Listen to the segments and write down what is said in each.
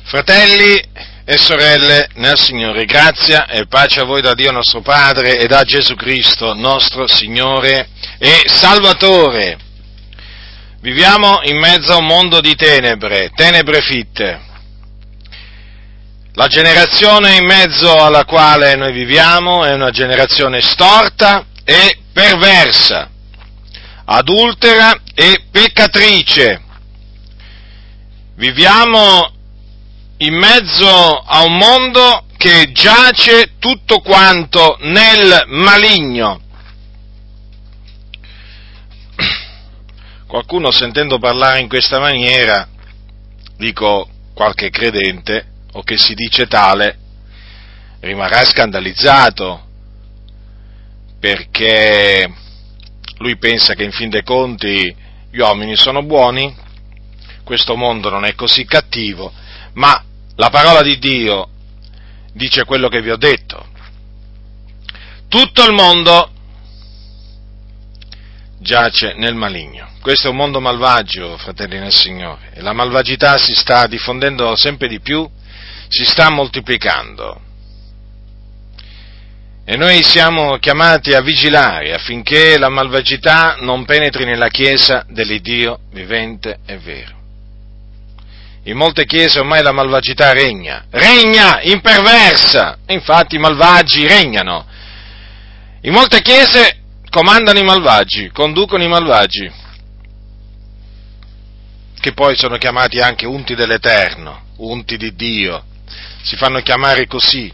Fratelli e sorelle nel Signore, grazia e pace a voi da Dio nostro Padre e da Gesù Cristo, nostro Signore e Salvatore. Viviamo in mezzo a un mondo di tenebre fitte. La generazione in mezzo alla quale noi viviamo è una generazione storta e perversa, adultera e peccatrice. Viviamo in mezzo a un mondo che giace tutto quanto nel maligno. Qualcuno, sentendo parlare in questa maniera, dico qualche credente, o che si dice tale, rimarrà scandalizzato, perché lui pensa che in fin dei conti gli uomini sono buoni, questo mondo non è così cattivo, ma la parola di Dio dice quello che vi ho detto. Tutto il mondo giace nel maligno. Questo è un mondo malvagio, fratelli nel Signore, e la malvagità si sta diffondendo sempre di più, si sta moltiplicando. E noi siamo chiamati a vigilare affinché la malvagità non penetri nella Chiesa dell'Iddio vivente e vero. In molte chiese ormai la malvagità regna imperversa, infatti i malvagi regnano. In molte chiese comandano i malvagi, conducono i malvagi, che poi sono chiamati anche unti dell'Eterno, unti di Dio, si fanno chiamare così.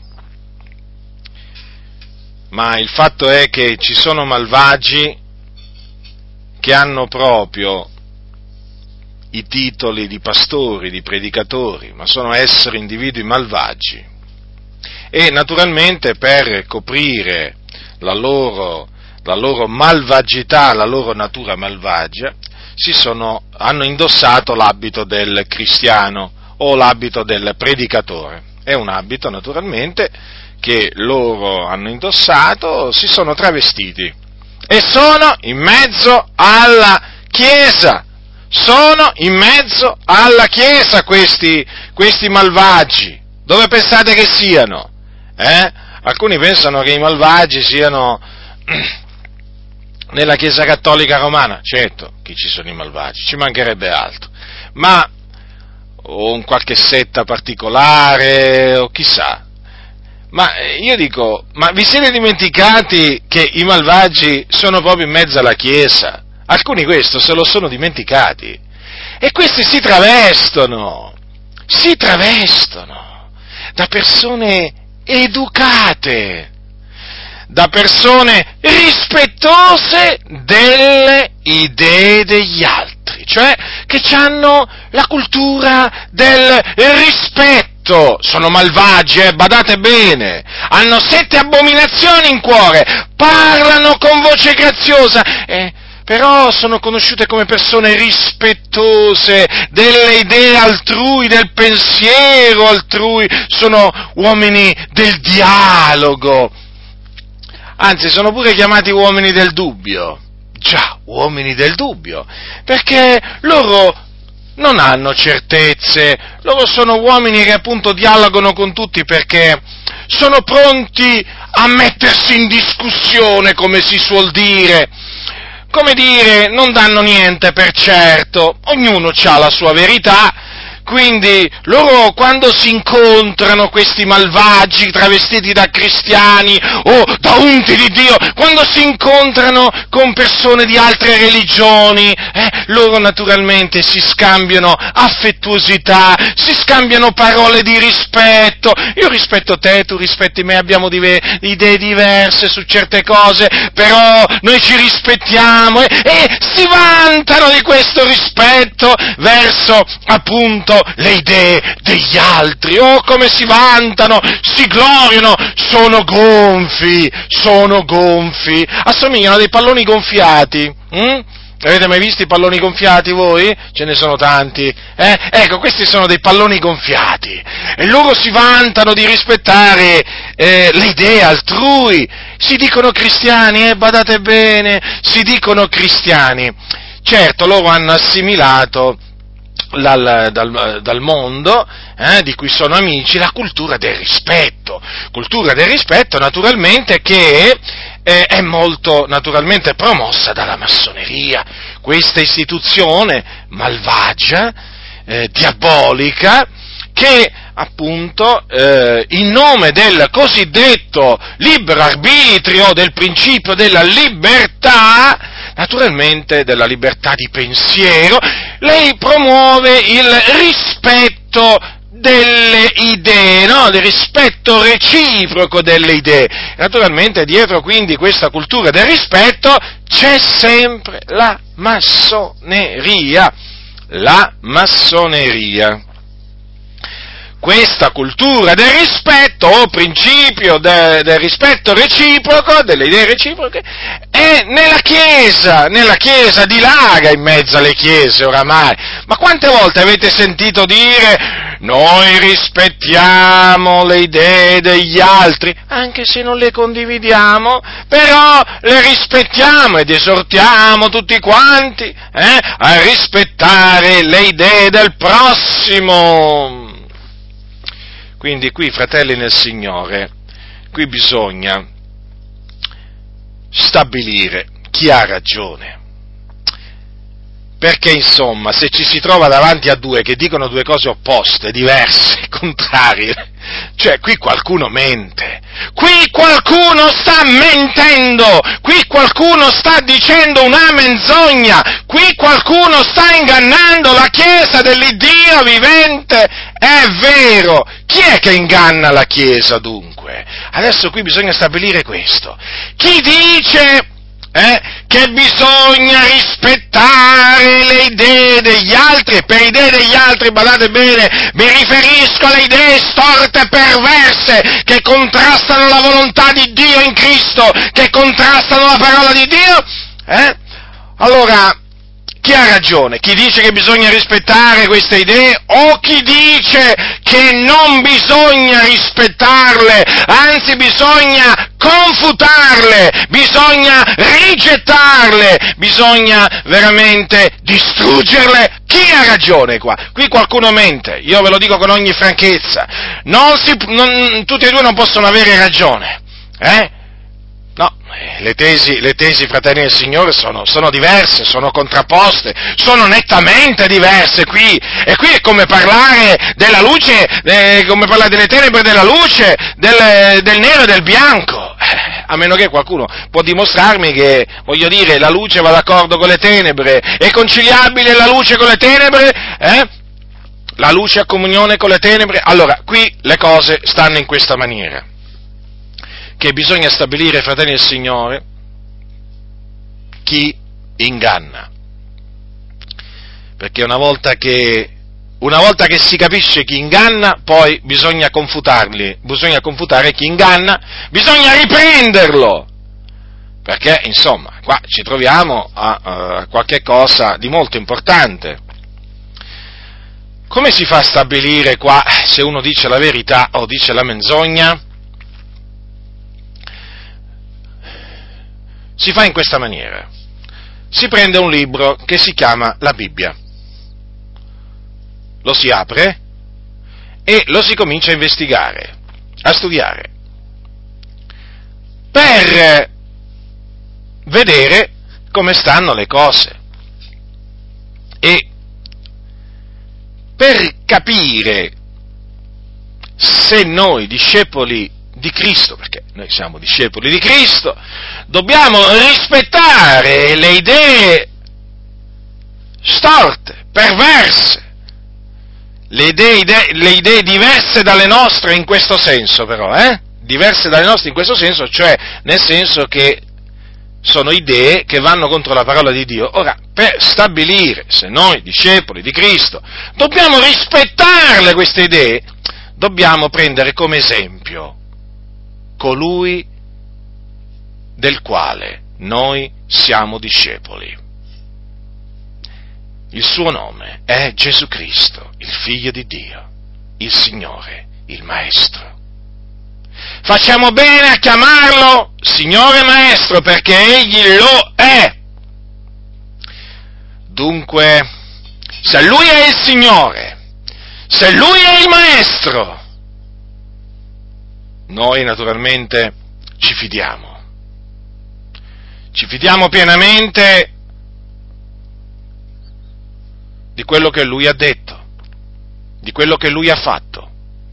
Ma il fatto è che ci sono malvagi che hanno proprio i titoli di pastori, di predicatori, ma sono esseri, individui malvagi. E naturalmente per coprire la loro malvagità, la loro natura malvagia, hanno indossato l'abito del cristiano o l'abito del predicatore. È un abito naturalmente che loro hanno indossato, si sono travestiti e sono in mezzo alla Chiesa. Sono in mezzo alla Chiesa questi malvagi. Dove pensate che siano? Alcuni pensano che i malvagi siano nella Chiesa Cattolica Romana. Certo che ci sono i malvagi, ci mancherebbe altro. Ma o in qualche setta particolare, o chissà. Ma io dico, ma vi siete dimenticati che i malvagi sono proprio in mezzo alla Chiesa? Alcuni questo se lo sono dimenticati, e questi si travestono da persone educate, da persone rispettose delle idee degli altri, cioè che hanno la cultura del rispetto. Sono malvagi, badate bene, hanno 7 abominazioni in cuore, parlano con voce graziosa, però sono conosciute come persone rispettose delle idee altrui, del pensiero altrui, sono uomini del dialogo, anzi sono pure chiamati uomini del dubbio. Già, uomini del dubbio, perché loro non hanno certezze, loro sono uomini che appunto dialogano con tutti perché sono pronti a mettersi in discussione, come si suol dire. Come dire, non danno niente per certo, ognuno ha la sua verità, quindi loro quando si incontrano questi malvagi travestiti da cristiani o da unti di Dio, quando si incontrano con persone di altre religioni, loro naturalmente si scambiano affettuosità, si scambiano parole di rispetto. Io rispetto te, tu rispetti me, abbiamo idee diverse su certe cose, però noi ci rispettiamo e si vantano di questo rispetto verso appunto le idee degli altri. Oh, come si vantano, si gloriano, sono gonfi, assomigliano a dei palloni gonfiati. Avete mai visto i palloni gonfiati voi? Ce ne sono tanti. Ecco, questi sono dei palloni gonfiati e loro si vantano di rispettare le idee altrui. Si dicono cristiani, badate bene, si dicono cristiani. Certo, loro hanno assimilato dal mondo, di cui sono amici, la cultura del rispetto naturalmente che è molto naturalmente promossa dalla massoneria, questa istituzione malvagia, diabolica, che appunto in nome del cosiddetto libero arbitrio, del principio della libertà, naturalmente della libertà di pensiero, lei promuove il rispetto delle idee, no? Il rispetto reciproco delle idee. Naturalmente dietro quindi questa cultura del rispetto c'è sempre la massoneria. Questa cultura del rispetto o principio del rispetto reciproco, delle idee reciproche, è nella Chiesa dilaga in mezzo alle chiese oramai. Ma quante volte avete sentito dire noi rispettiamo le idee degli altri, anche se non le condividiamo, però le rispettiamo ed esortiamo tutti quanti a rispettare le idee del prossimo. Quindi qui, fratelli nel Signore, qui bisogna stabilire chi ha ragione. Perché insomma, se ci si trova davanti a due che dicono due cose opposte, diverse, contrarie, cioè qui qualcuno mente, qui qualcuno sta mentendo, qui qualcuno sta dicendo una menzogna, qui qualcuno sta ingannando la Chiesa dell'Iddio vivente, è vero. Chi è che inganna la Chiesa dunque? Adesso qui bisogna stabilire questo. Chi dice che bisogna rispettare le idee degli altri, e per idee degli altri, badate bene, mi riferisco alle idee storte e perverse che contrastano la volontà di Dio in Cristo, che contrastano la parola di Dio, allora, chi ha ragione? Chi dice che bisogna rispettare queste idee o chi dice che non bisogna rispettarle, anzi bisogna confutarle, bisogna rigettarle, bisogna veramente distruggerle? Chi ha ragione qua? Qui qualcuno mente, io ve lo dico con ogni franchezza, tutti e due non possono avere ragione, No, le tesi, fratelli del Signore, sono diverse, sono contrapposte, sono nettamente diverse qui, e qui è come parlare della luce, come parlare delle tenebre e della luce, del nero e del bianco, a meno che qualcuno può dimostrarmi che, voglio dire, la luce va d'accordo con le tenebre, è conciliabile la luce con le tenebre, La luce ha comunione con le tenebre, allora, qui le cose stanno in questa maniera. Che bisogna stabilire, fratelli del Signore, chi inganna. Perché una volta che si capisce chi inganna, poi bisogna confutare chi inganna, bisogna riprenderlo. Perché, insomma, qua ci troviamo a qualche cosa di molto importante. Come si fa a stabilire qua se uno dice la verità o dice la menzogna? Si fa in questa maniera. Si prende un libro che si chiama la Bibbia, lo si apre e lo si comincia a investigare, a studiare, per vedere come stanno le cose e per capire se noi, discepoli di Cristo, perché noi siamo discepoli di Cristo, dobbiamo rispettare le idee storte, perverse, le idee diverse dalle nostre in questo senso però, diverse dalle nostre in questo senso, cioè nel senso che sono idee che vanno contro la parola di Dio. Ora, per stabilire se noi, discepoli di Cristo, dobbiamo rispettarle queste idee, dobbiamo prendere come esempio colui del quale noi siamo discepoli. Il suo nome è Gesù Cristo, il Figlio di Dio, il Signore, il Maestro. Facciamo bene a chiamarlo Signore Maestro perché Egli lo è. Dunque, se Lui è il Signore, se Lui è il Maestro, noi naturalmente ci fidiamo pienamente di quello che Lui ha detto, di quello che Lui ha fatto,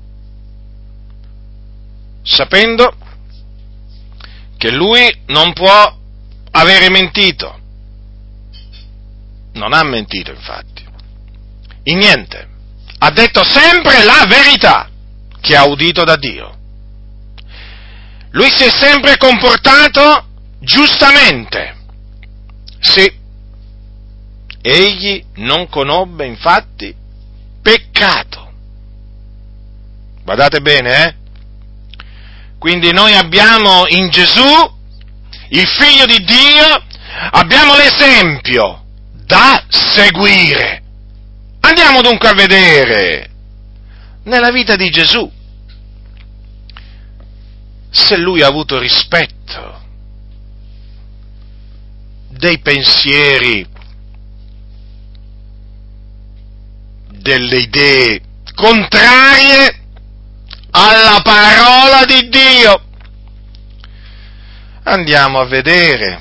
sapendo che Lui non può avere mentito. Non ha mentito, infatti, in niente. Ha detto sempre la verità che ha udito da Dio. Lui si è sempre comportato giustamente. Sì, egli non conobbe, infatti, peccato. Guardate bene, eh? Quindi noi abbiamo in Gesù, il Figlio di Dio, abbiamo l'esempio da seguire. Andiamo dunque a vedere nella vita di Gesù se Lui ha avuto rispetto dei pensieri, delle idee contrarie alla parola di Dio. Andiamo a vedere.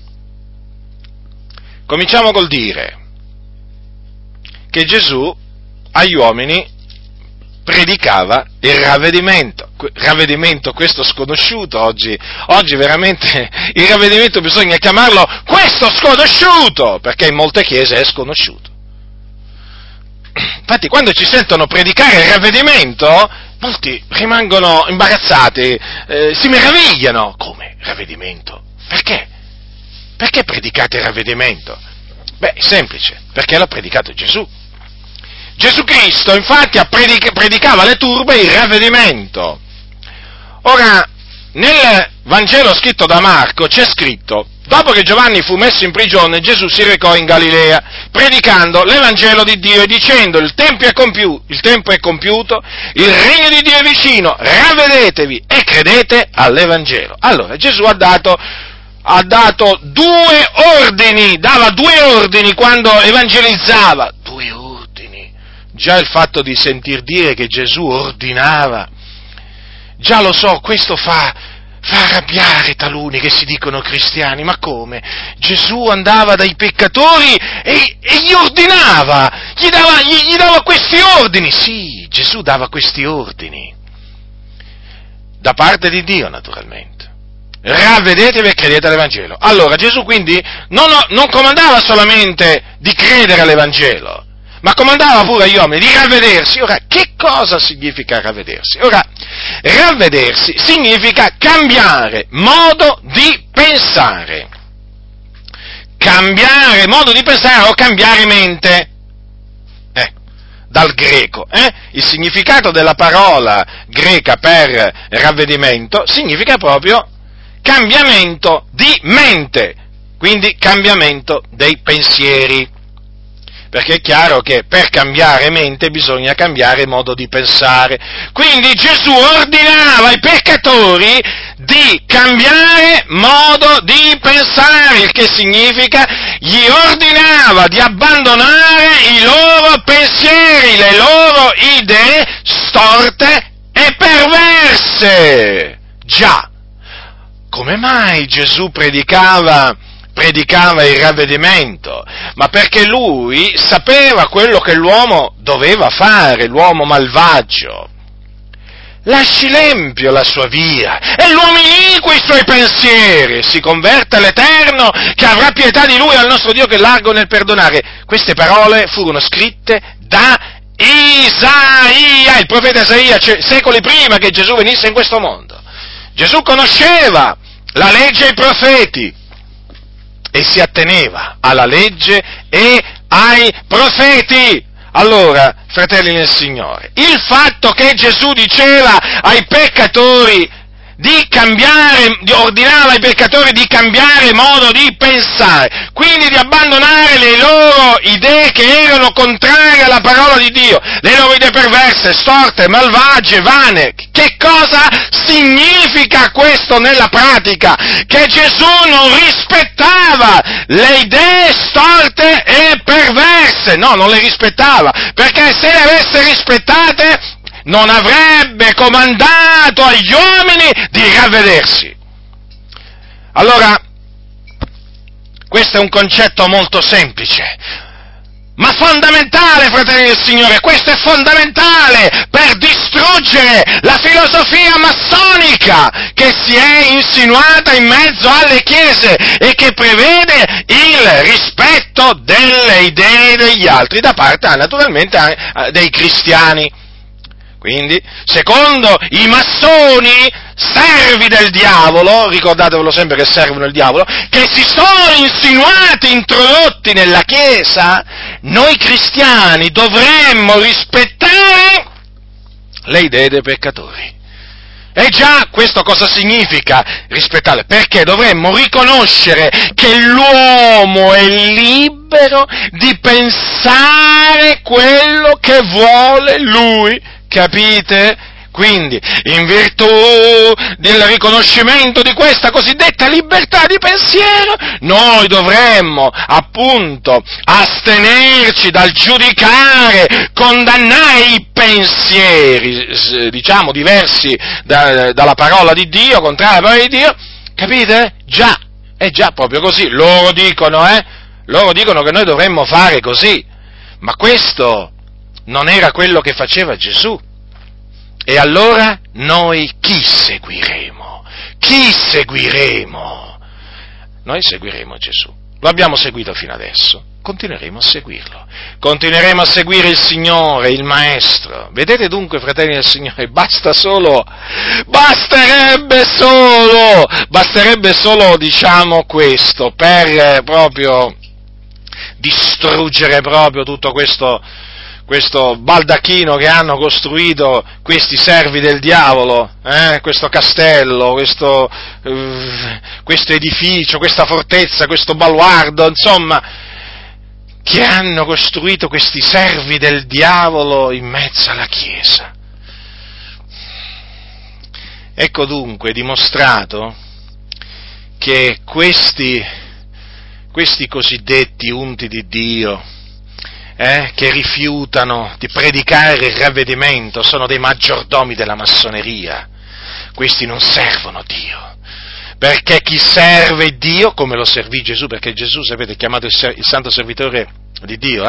Cominciamo col dire che Gesù agli uomini predicava il ravvedimento questo sconosciuto oggi veramente il ravvedimento bisogna chiamarlo questo sconosciuto, perché in molte chiese è sconosciuto. Infatti quando ci sentono predicare il ravvedimento, molti rimangono imbarazzati, si meravigliano. Come ravvedimento? Perché? Perché predicate il ravvedimento? Beh, è semplice, perché l'ha predicato Gesù. Gesù Cristo, infatti, predicava alle turbe il ravvedimento. Ora, nel Vangelo scritto da Marco c'è scritto: dopo che Giovanni fu messo in prigione, Gesù si recò in Galilea, predicando l'Evangelo di Dio e dicendo: il tempo è compiuto, il regno di Dio è vicino, ravvedetevi e credete all'Evangelo. Allora, Gesù dava due ordini quando evangelizzava. 2 ordini. Già il fatto di sentir dire che Gesù ordinava, già lo so, questo fa arrabbiare taluni che si dicono cristiani. Ma come? Gesù andava dai peccatori e gli ordinava, gli dava questi ordini. Sì, Gesù dava questi ordini, da parte di Dio naturalmente. Ravvedetevi e credete all'Evangelo. Allora Gesù quindi non comandava solamente di credere all'Evangelo, ma comandava pure agli uomini di ravvedersi. Ora, che cosa significa ravvedersi? Ora, ravvedersi significa cambiare modo di pensare. Cambiare modo di pensare o cambiare mente. Dal greco. Il significato della parola greca per ravvedimento significa proprio cambiamento di mente, quindi cambiamento dei pensieri. Perché è chiaro che per cambiare mente bisogna cambiare modo di pensare. Quindi Gesù ordinava ai peccatori di cambiare modo di pensare, il che significa gli ordinava di abbandonare i loro pensieri, le loro idee storte e perverse. Già, come mai Gesù predicava il ravvedimento? Ma perché lui sapeva quello che l'uomo doveva fare, l'uomo malvagio. Lasci l'empio la sua via e l'uomo iniquo i suoi pensieri, si converta all'Eterno che avrà pietà di lui, al nostro Dio che è largo nel perdonare. Queste parole furono scritte da Isaia, il profeta Isaia, secoli prima che Gesù venisse in questo mondo. Gesù conosceva la legge e i profeti e si atteneva alla legge e ai profeti. Allora, fratelli nel Signore, il fatto che Gesù diceva ai peccatori ordinava ai peccatori di cambiare modo di pensare, quindi di abbandonare le loro idee che erano contrarie alla parola di Dio, le loro idee perverse, storte, malvagie, vane. Che cosa significa questo nella pratica? Che Gesù non rispettava le idee storte e perverse, no, non le rispettava, perché se le avesse rispettate non avrebbe comandato agli uomini di ravvedersi. Allora, questo è un concetto molto semplice, ma fondamentale, fratelli del Signore. Questo è fondamentale per distruggere la filosofia massonica che si è insinuata in mezzo alle chiese e che prevede il rispetto delle idee degli altri da parte naturalmente dei cristiani. Quindi, secondo i massoni, servi del diavolo, ricordatevelo sempre che servono il diavolo, che si sono insinuati, introdotti nella Chiesa, noi cristiani dovremmo rispettare le idee dei peccatori. E già questo cosa significa rispettare? Perché dovremmo riconoscere che l'uomo è libero di pensare quello che vuole lui. Capite? Quindi, in virtù del riconoscimento di questa cosiddetta libertà di pensiero, noi dovremmo, appunto, astenerci dal giudicare, condannare i pensieri, diciamo, diversi dalla parola di Dio, contrari alla parola di Dio. Capite? Già, è già proprio così. Loro dicono che noi dovremmo fare così, ma questo non era quello che faceva Gesù. E allora noi chi seguiremo? Chi seguiremo? Noi seguiremo Gesù. Lo abbiamo seguito fino adesso, continueremo a seguirlo. Continueremo a seguire il Signore, il Maestro. Vedete dunque, fratelli del Signore, basterebbe solo, diciamo, questo, per proprio distruggere proprio tutto questo baldacchino che hanno costruito questi servi del diavolo, questo castello, questo edificio, questa fortezza, questo baluardo, insomma, che hanno costruito questi servi del diavolo in mezzo alla Chiesa. Ecco dunque dimostrato che questi cosiddetti unti di Dio, che rifiutano di predicare il ravvedimento, sono dei maggiordomi della massoneria. Questi non servono Dio, perché chi serve Dio, come lo servì Gesù, perché Gesù, sapete, è chiamato il santo servitore di Dio,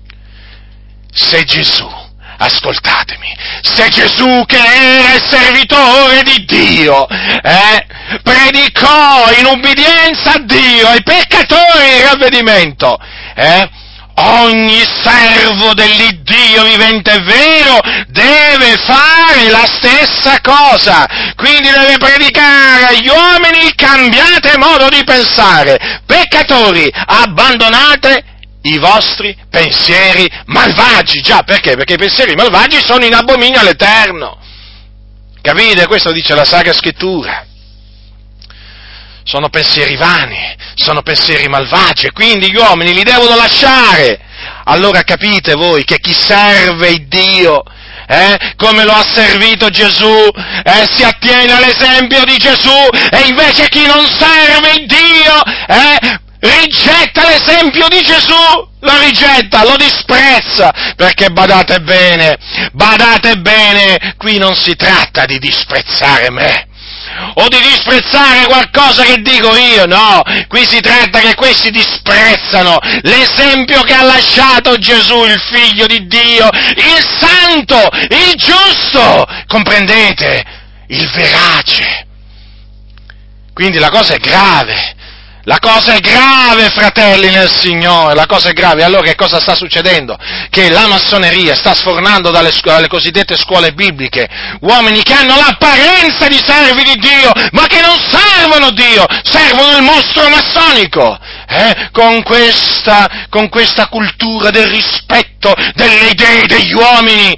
se Gesù, ascoltatemi, se Gesù che era il servitore di Dio, predicò in ubbidienza a Dio ai peccatori il ravvedimento, ogni servo dell'Iddio vivente e vero deve fare la stessa cosa, quindi deve predicare agli uomini: cambiate modo di pensare, peccatori, abbandonate i vostri pensieri malvagi. Già, perché? Perché i pensieri malvagi sono in abominio all'Eterno. Capite? Questo dice la Sacra Scrittura. Sono pensieri vani, sono pensieri malvagi, e quindi gli uomini li devono lasciare. Allora capite voi che chi serve il Dio, come lo ha servito Gesù, si attiene all'esempio di Gesù, e invece chi non serve il Dio, rigetta l'esempio di Gesù, lo rigetta, lo disprezza, perché badate bene, qui non si tratta di disprezzare me, o di disprezzare qualcosa che dico io, no, qui si tratta che questi disprezzano l'esempio che ha lasciato Gesù, il Figlio di Dio, il Santo, il Giusto, comprendete? Il verace. Quindi la cosa è grave. La cosa è grave, fratelli nel Signore, la cosa è grave. Allora che cosa sta succedendo? Che la massoneria sta sfornando dalle cosiddette scuole bibliche uomini che hanno l'apparenza di servi di Dio, ma che non servono Dio, servono il mostro massonico, con questa cultura del rispetto delle idee degli uomini,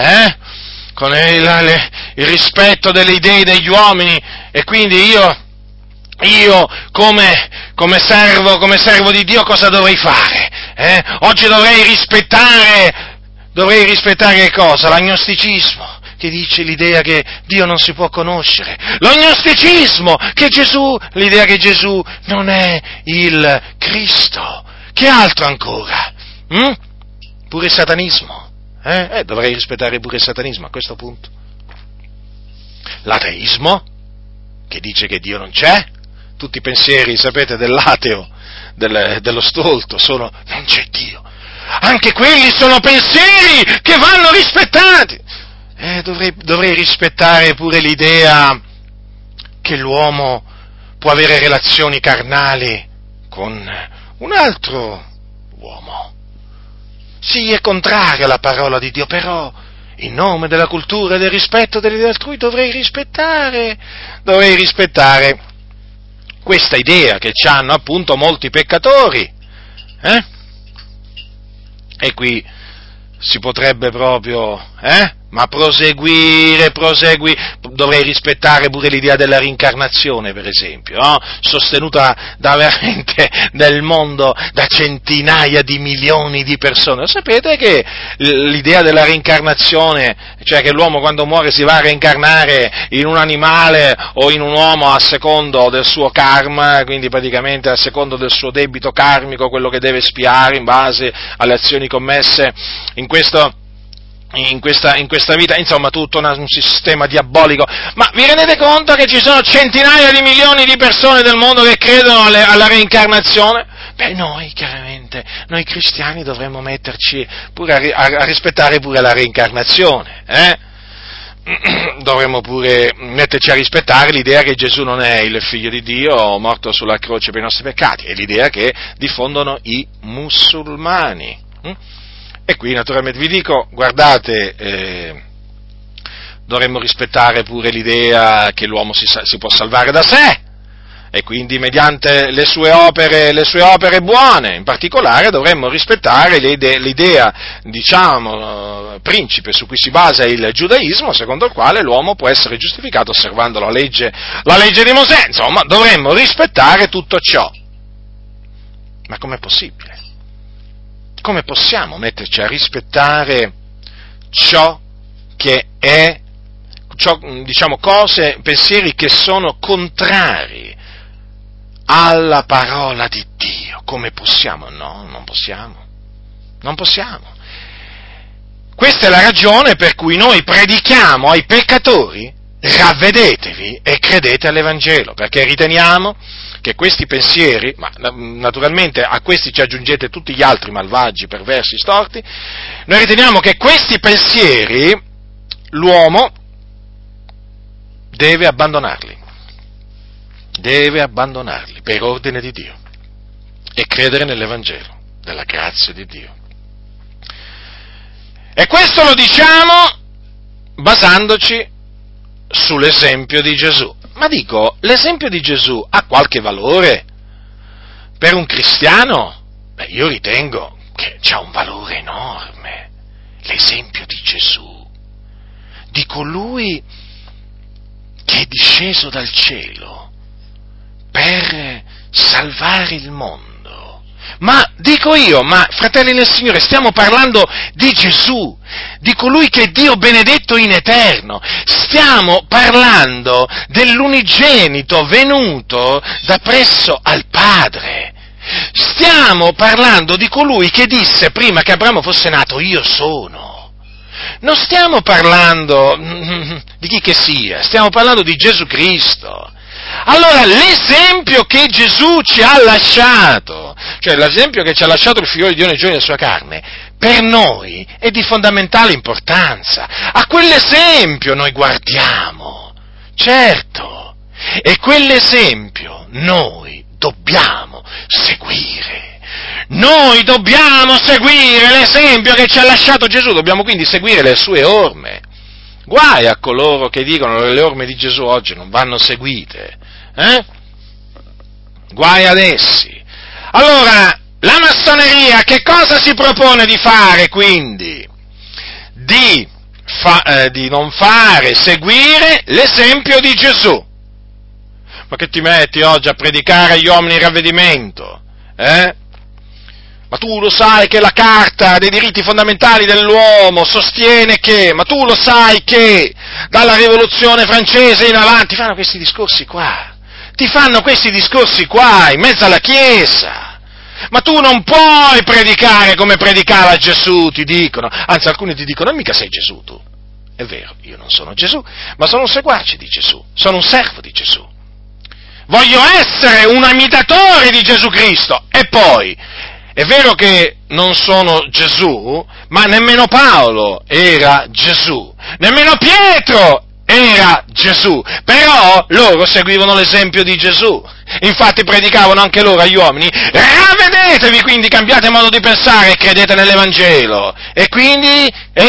con il rispetto delle idee degli uomini, e quindi io come servo di Dio cosa dovrei fare? Oggi dovrei rispettare che cosa? L'agnosticismo, che dice l'idea che Dio non si può conoscere, l'agnosticismo, l'idea che Gesù non è il Cristo, che altro ancora? Pure il satanismo, dovrei rispettare pure il satanismo a questo punto. L'ateismo, che dice che Dio non c'è, tutti i pensieri, sapete, dell'ateo, dello stolto, sono non c'è Dio. Anche quelli sono pensieri che vanno rispettati. Dovrei rispettare pure l'idea che l'uomo può avere relazioni carnali con un altro uomo. Sì, è contrario alla parola di Dio, però in nome della cultura e del rispetto delle idee altrui dovrei rispettare questa idea che hanno appunto molti peccatori, E qui si potrebbe proprio, ma proseguire, dovrei rispettare pure l'idea della reincarnazione, per esempio, no? Sostenuta da veramente nel mondo da centinaia di milioni di persone. Lo sapete che l'idea della reincarnazione, cioè che l'uomo quando muore si va a reincarnare in un animale o in un uomo a secondo del suo karma, quindi praticamente a secondo del suo debito karmico, quello che deve espiare in base alle azioni commesse in questa vita, insomma tutto un sistema diabolico. Ma vi rendete conto che ci sono centinaia di milioni di persone del mondo che credono alla reincarnazione? Beh, chiaramente, noi cristiani dovremmo metterci pure a rispettare pure la reincarnazione, Dovremmo pure metterci a rispettare l'idea che Gesù non è il figlio di Dio morto sulla croce per i nostri peccati, è l'idea che diffondono i musulmani. E qui naturalmente vi dico, guardate, dovremmo rispettare pure l'idea che l'uomo si può salvare da sé, e quindi mediante le sue opere buone, in particolare dovremmo rispettare l'idea, diciamo, principe su cui si basa il giudaismo, secondo il quale l'uomo può essere giustificato osservando la legge di Mosè, insomma, dovremmo rispettare tutto ciò. Ma com'è possibile? Come possiamo metterci a rispettare ciò che è, diciamo, pensieri che sono contrari alla parola di Dio? Come possiamo? No, non possiamo. Questa è la ragione per cui noi predichiamo ai peccatori: ravvedetevi e credete all'Evangelo, perché riteniamo che questi pensieri, ma naturalmente a questi ci aggiungete tutti gli altri malvagi, perversi, storti, noi riteniamo che questi pensieri l'uomo deve abbandonarli per ordine di Dio e credere nell'Evangelo della grazia di Dio. E questo lo diciamo basandoci sull'esempio di Gesù. Ma dico, l'esempio di Gesù ha qualche valore per un cristiano? Beh, io ritengo che c'ha un valore enorme, l'esempio di Gesù, di colui che è disceso dal cielo per salvare il mondo. Ma dico io, fratelli nel Signore, stiamo parlando di Gesù, di colui che è Dio benedetto in eterno, stiamo parlando dell'unigenito venuto da presso al Padre, stiamo parlando di colui che disse prima che Abramo fosse nato: io sono. Non stiamo parlando di chi che sia, stiamo parlando di Gesù Cristo. Allora, l'esempio che Gesù ci ha lasciato, cioè l'esempio che ci ha lasciato il figlio di Dio nei giorni della sua carne, per noi è di fondamentale importanza. A quell'esempio noi guardiamo, certo, e quell'esempio noi dobbiamo seguire. Noi dobbiamo seguire l'esempio che ci ha lasciato Gesù, dobbiamo quindi seguire le sue orme. Guai a coloro che dicono che le orme di Gesù oggi non vanno seguite, Guai ad essi. Allora, la massoneria che cosa si propone di fare quindi? Di non fare seguire l'esempio di Gesù. Ma che ti metti oggi a predicare agli uomini il ravvedimento? Ma tu lo sai che la Carta dei diritti fondamentali dell'uomo sostiene che, ma tu lo sai che dalla Rivoluzione francese in avanti fanno questi discorsi qua, in mezzo alla Chiesa. Ma tu non puoi predicare come predicava Gesù, ti dicono, anzi alcuni ti dicono, mica sei Gesù tu. È vero, io non sono Gesù, ma sono un seguace di Gesù, sono un servo di Gesù. Voglio essere un imitatore di Gesù Cristo. E poi, è vero che non sono Gesù, ma nemmeno Paolo era Gesù, nemmeno Pietro era Gesù, però loro seguivano l'esempio di Gesù. Infatti predicavano anche loro agli uomini, ravvedetevi, quindi cambiate modo di pensare e credete nell'Evangelo. E quindi,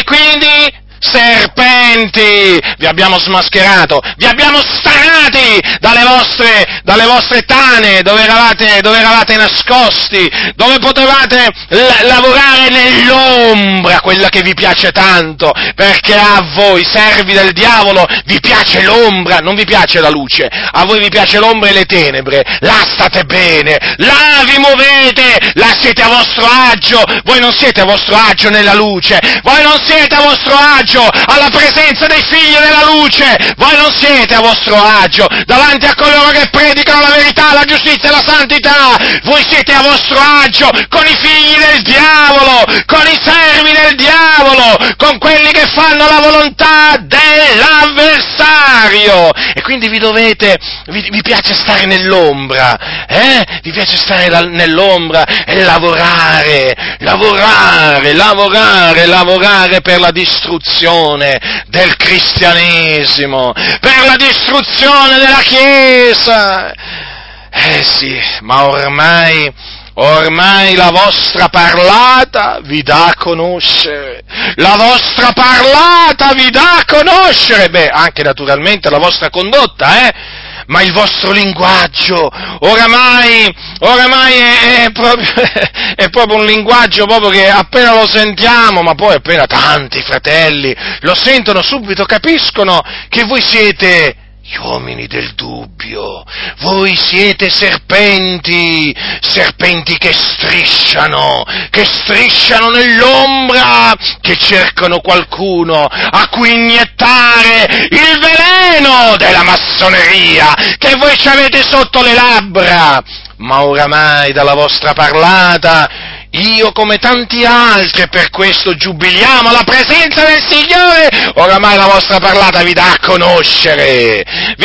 serpenti, vi abbiamo smascherato, vi abbiamo stanati dalle vostre tane, dove eravate nascosti, dove potevate lavorare nell'ombra, quella che vi piace tanto, perché a voi, servi del diavolo, vi piace l'ombra, non vi piace la luce, a voi vi piace l'ombra e le tenebre, là state bene, là vi muovete, là siete a vostro agio, voi non siete a vostro agio nella luce, voi non siete a vostro agio alla presenza dei figli della luce, voi non siete a vostro agio davanti a coloro che predicano la verità, la giustizia e la santità, voi siete a vostro agio con i figli del diavolo, con i servi del diavolo, con quelli che fanno la volontà dell'avversario, e quindi vi piace stare nell'ombra, vi piace stare nell'ombra e lavorare per la distruzione del cristianesimo, per la distruzione della Chiesa. Sì, ma ormai la vostra parlata vi dà a conoscere, anche naturalmente la vostra condotta, ma il vostro linguaggio oramai è proprio un linguaggio proprio che appena lo sentiamo, ma poi appena tanti fratelli lo sentono subito, capiscono che voi siete gli uomini del dubbio, voi siete serpenti che strisciano nell'ombra, che cercano qualcuno a cui iniettare il veleno della massoneria che voi ci avete sotto le labbra. Ma oramai dalla vostra parlata, io come tanti altri, e per questo giubiliamo la presenza del Signore, oramai la vostra parlata vi dà a conoscere!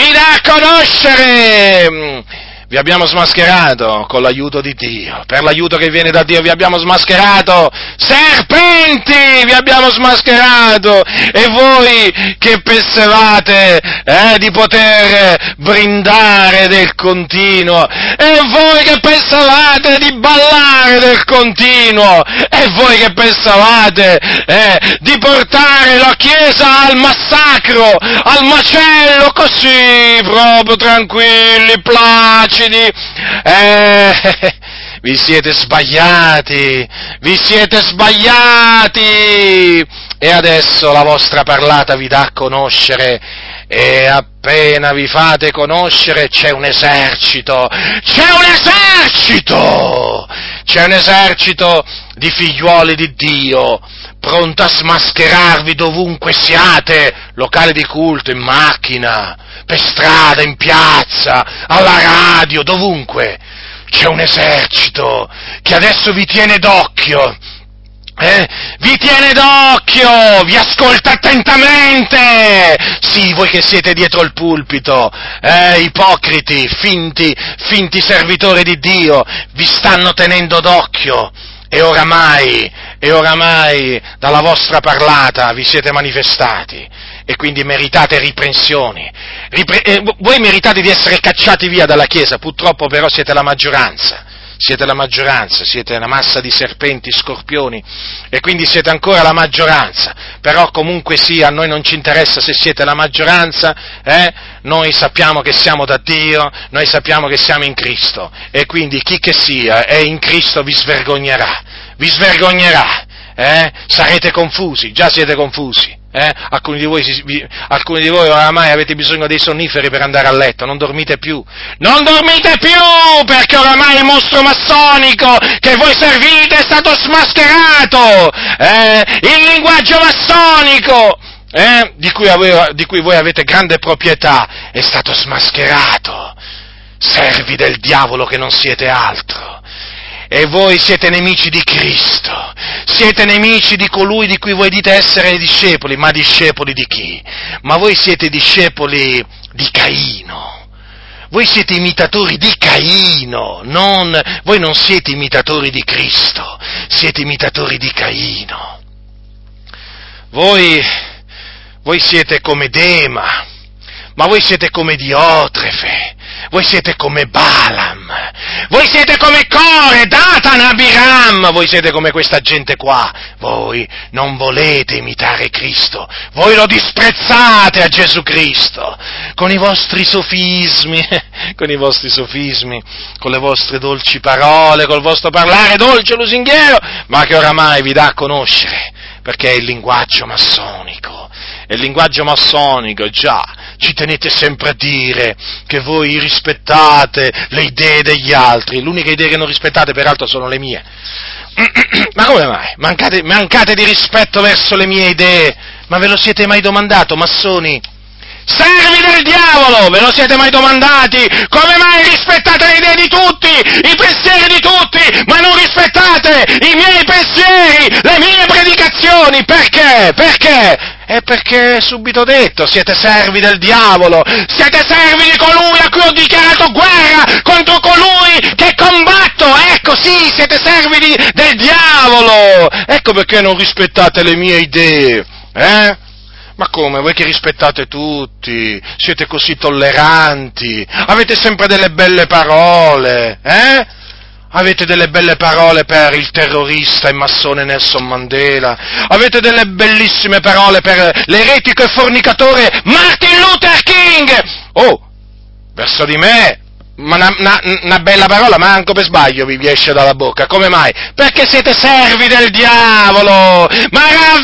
Vi abbiamo smascherato con l'aiuto di Dio, per l'aiuto che viene da Dio vi abbiamo smascherato, serpenti, vi abbiamo smascherato, e voi che pensavate di poter brindare del continuo, e voi che pensavate di ballare del continuo, e voi che pensavate di portare la Chiesa al massacro, al macello, così, proprio tranquilli, placidi, vi siete sbagliati, e adesso la vostra parlata vi dà a conoscere, e appena vi fate conoscere c'è un esercito di figliuoli di Dio, pronto a smascherarvi dovunque siate, locale di culto, in macchina, per strada, in piazza, alla radio, dovunque. C'è un esercito che adesso vi tiene d'occhio, vi ascolta attentamente, sì, voi che siete dietro il pulpito, ipocriti, finti servitori di Dio, vi stanno tenendo d'occhio, e oramai dalla vostra parlata vi siete manifestati, e quindi meritate riprensioni, voi meritate di essere cacciati via dalla Chiesa, purtroppo però siete la maggioranza, siete una massa di serpenti, scorpioni, e quindi siete ancora la maggioranza, però comunque sia, a noi non ci interessa se siete la maggioranza, noi sappiamo che siamo da Dio, noi sappiamo che siamo in Cristo, e quindi chi che sia è in Cristo vi svergognerà, sarete confusi, già siete confusi, Alcuni di voi oramai avete bisogno dei sonniferi per andare a letto, non dormite più, perché oramai il mostro massonico che voi servite è stato smascherato, il linguaggio massonico, di cui voi avete grande proprietà, è stato smascherato, servi del diavolo che non siete altro. E voi siete nemici di Cristo, siete nemici di colui di cui voi dite essere discepoli, ma discepoli di chi? Ma voi siete discepoli di Caino, voi siete imitatori di Caino, voi non siete imitatori di Cristo, siete imitatori di Caino. Voi siete come Dema, ma voi siete come Diotrefe, voi siete come Balaam, voi siete come Core, Datan, Abiram, voi siete come questa gente qua, voi non volete imitare Cristo, voi lo disprezzate a Gesù Cristo, con i vostri sofismi, con le vostre dolci parole, col vostro parlare dolce e lusinghiero, ma che oramai vi dà a conoscere, perché è il linguaggio massonico, già, ci tenete sempre a dire che voi rispettate le idee degli altri, l'unica idea che non rispettate peraltro sono le mie. Ma come mai? Mancate di rispetto verso le mie idee? Ma ve lo siete mai domandato, massoni? Servi del diavolo, ve lo siete mai domandati? Come mai rispettate le idee di tutti, i pensieri di tutti, ma non rispettate i miei pensieri, le mie predicazioni? Perché? È perché è subito detto, siete servi del diavolo, siete servi di colui a cui ho dichiarato guerra, contro colui che combatto, ecco sì, siete servi del diavolo, ecco perché non rispettate le mie idee, Ma come, voi che rispettate tutti, siete così tolleranti, avete sempre delle belle parole, Avete delle belle parole per il terrorista e massone Nelson Mandela, avete delle bellissime parole per l'eretico e fornicatore Martin Luther King! Oh, verso di me, ma una bella parola, manco per sbaglio vi esce dalla bocca, come mai? Perché siete servi del diavolo! Ma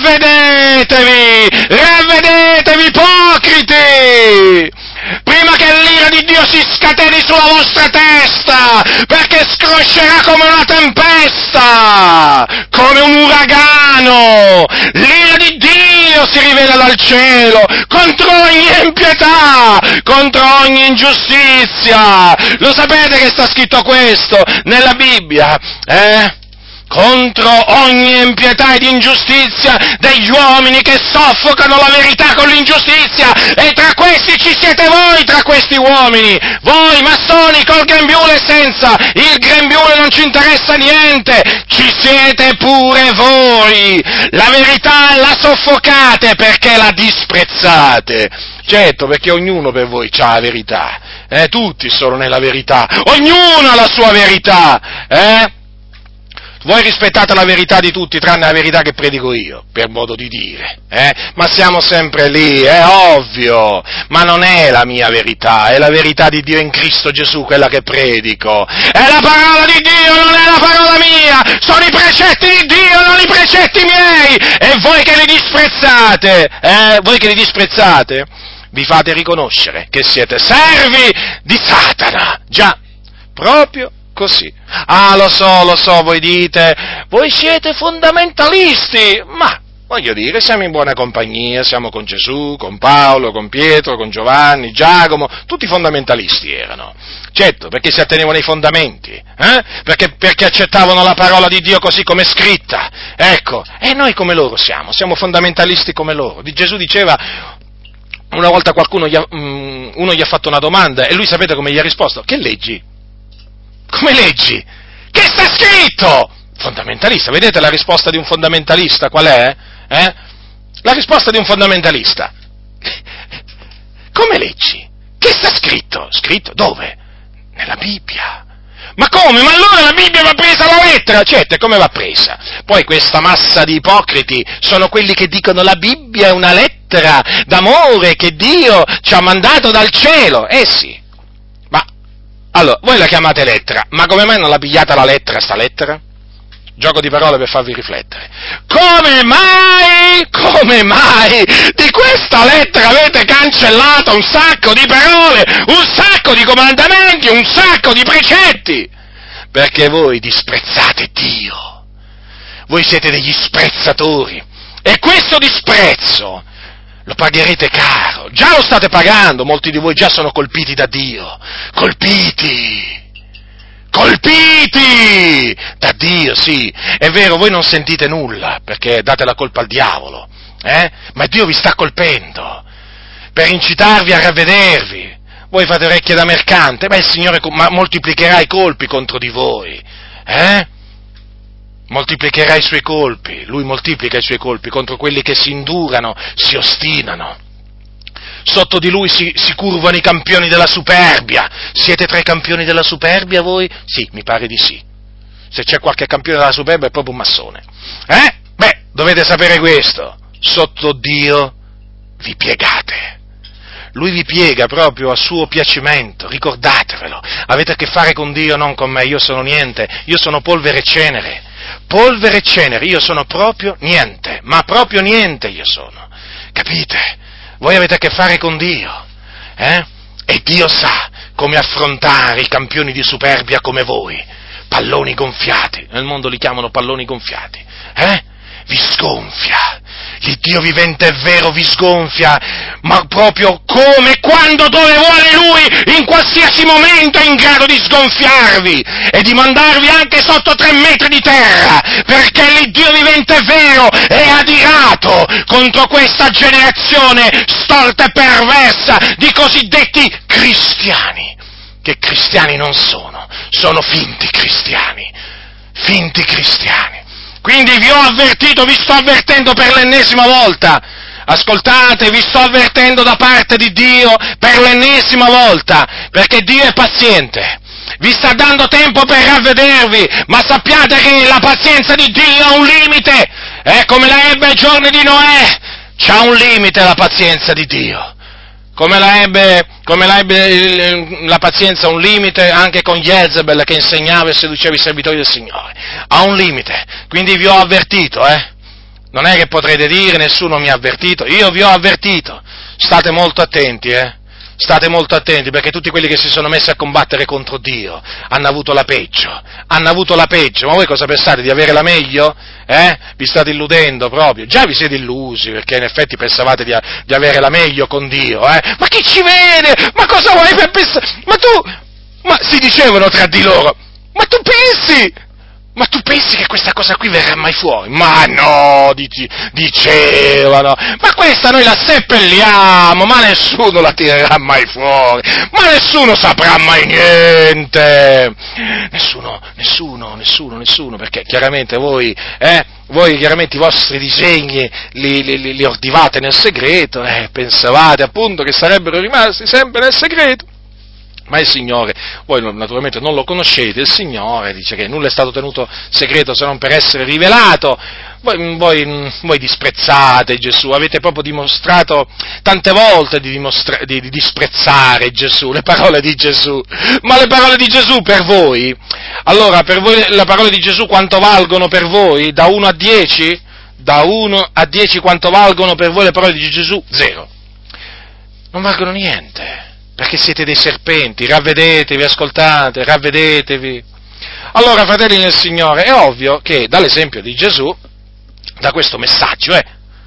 ravvedetevi ipocriti! Prima che l'ira di Dio si scateni sulla vostra testa, perché scroscerà come una tempesta, come un uragano, l'ira di Dio si rivela dal cielo, contro ogni impietà, contro ogni ingiustizia, lo sapete che sta scritto questo nella Bibbia, contro ogni impietà ed ingiustizia degli uomini che soffocano la verità con l'ingiustizia, e tra questi ci siete voi, tra questi uomini, voi massoni col grembiule e senza, il grembiule non ci interessa niente, ci siete pure voi, la verità la soffocate perché la disprezzate. Certo, perché ognuno per voi ha la verità, tutti sono nella verità, ognuno ha la sua verità, Voi rispettate la verità di tutti, tranne la verità che predico io, per modo di dire, Ma siamo sempre lì, è ovvio, ma non è la mia verità, è la verità di Dio in Cristo Gesù quella che predico, è la parola di Dio, non è la parola mia, sono i precetti di Dio, non i precetti miei, e voi che li disprezzate, vi fate riconoscere che siete servi di Satana, già, proprio così. Ah, lo so, voi dite, voi siete fondamentalisti, ma, voglio dire, siamo in buona compagnia, siamo con Gesù, con Paolo, con Pietro, con Giovanni, Giacomo, tutti fondamentalisti erano. Certo, perché si attenevano ai fondamenti, perché accettavano la parola di Dio così come è scritta, ecco, e noi come loro siamo fondamentalisti come loro. Gesù diceva, una volta uno gli ha fatto una domanda, e lui sapete come gli ha risposto? Che leggi? Come leggi? Che sta scritto? Fondamentalista, vedete la risposta di un fondamentalista qual è? La risposta di un fondamentalista. Come leggi? Che sta scritto? Scritto dove? Nella Bibbia. Ma come? Ma allora la Bibbia va presa alla lettera? Certo, e come va presa? Poi questa massa di ipocriti sono quelli che dicono la Bibbia è una lettera d'amore che Dio ci ha mandato dal cielo. Sì. Allora, voi la chiamate lettera, ma come mai non la pigliate la lettera, sta lettera? gioco di parole per farvi riflettere. Come mai di questa lettera avete cancellato un sacco di parole, un sacco di comandamenti, un sacco di precetti? Perché voi disprezzate Dio, voi siete degli sprezzatori, e questo disprezzo lo pagherete caro, già lo state pagando, molti di voi già sono colpiti da Dio, colpiti da Dio, sì, è vero, voi non sentite nulla, perché date la colpa al diavolo, ma Dio vi sta colpendo, per incitarvi a ravvedervi. Voi fate orecchie da mercante, il Signore moltiplicherà i colpi contro di voi, moltiplicherà i suoi colpi, Lui moltiplica i suoi colpi contro quelli che si indurano, si ostinano. Sotto di Lui si curvano i campioni della superbia. Siete tra i campioni della superbia voi? Sì, mi pare di sì. Se c'è qualche campione della superbia è proprio un massone. Dovete sapere questo. Sotto Dio vi piegate. Lui vi piega proprio a suo piacimento, ricordatevelo. Avete a che fare con Dio, non con me. Io sono niente, io sono polvere e cenere. Polvere e cenere, io sono proprio niente, ma proprio niente io sono. Capite? Voi avete a che fare con Dio, e Dio sa come affrontare i campioni di superbia come voi, palloni gonfiati, nel mondo li chiamano palloni gonfiati, vi sgonfia, l'Iddio vivente è vero vi sgonfia, ma proprio come, quando, dove vuole Lui, in qualsiasi momento è in grado di sgonfiarvi e di mandarvi anche sotto 3 metri di terra, perché l'Iddio vivente è vero è adirato contro questa generazione storta e perversa di cosiddetti cristiani, che cristiani non sono finti cristiani. Quindi vi ho avvertito, vi sto avvertendo per l'ennesima volta. Ascoltate, vi sto avvertendo da parte di Dio per l'ennesima volta, perché Dio è paziente. Vi sta dando tempo per ravvedervi, ma sappiate che la pazienza di Dio ha un limite. È come la ebbe ai giorni di Noè. C'ha un limite la pazienza di Dio. Come la ebbe la pazienza un limite anche con Jezebel, che insegnava e seduceva i servitori del Signore. Ha un limite, quindi vi ho avvertito, Non è che potrete dire nessuno mi ha avvertito, io vi ho avvertito. State molto attenti, State molto attenti, perché tutti quelli che si sono messi a combattere contro Dio hanno avuto la peggio, ma voi cosa pensate, di avere la meglio? Vi state illudendo proprio, già vi siete illusi, perché in effetti pensavate di avere la meglio con Dio, Ma chi ci vede? Ma cosa vuoi per pensare? Ma si dicevano tra di loro, ma tu pensi che questa cosa qui verrà mai fuori? Ma no, dicevano, ma questa noi la seppelliamo, ma nessuno la tirerà mai fuori, ma nessuno saprà mai niente, nessuno, perché chiaramente voi chiaramente i vostri disegni li ordivate nel segreto, pensavate appunto che sarebbero rimasti sempre nel segreto. Ma il Signore, voi naturalmente non lo conoscete, il Signore dice che nulla è stato tenuto segreto se non per essere rivelato. Voi disprezzate Gesù, avete proprio dimostrato tante volte di disprezzare Gesù, le parole di Gesù. Ma le parole di Gesù per voi? Allora, per voi le parole di Gesù quanto valgono per voi? Da 1 a 10? Da 1 a 10 quanto valgono per voi le parole di Gesù? 0. Non valgono niente. Perché siete dei serpenti, ravvedetevi, ascoltate, ravvedetevi. Allora, fratelli nel Signore, è ovvio che dall'esempio di Gesù, da questo messaggio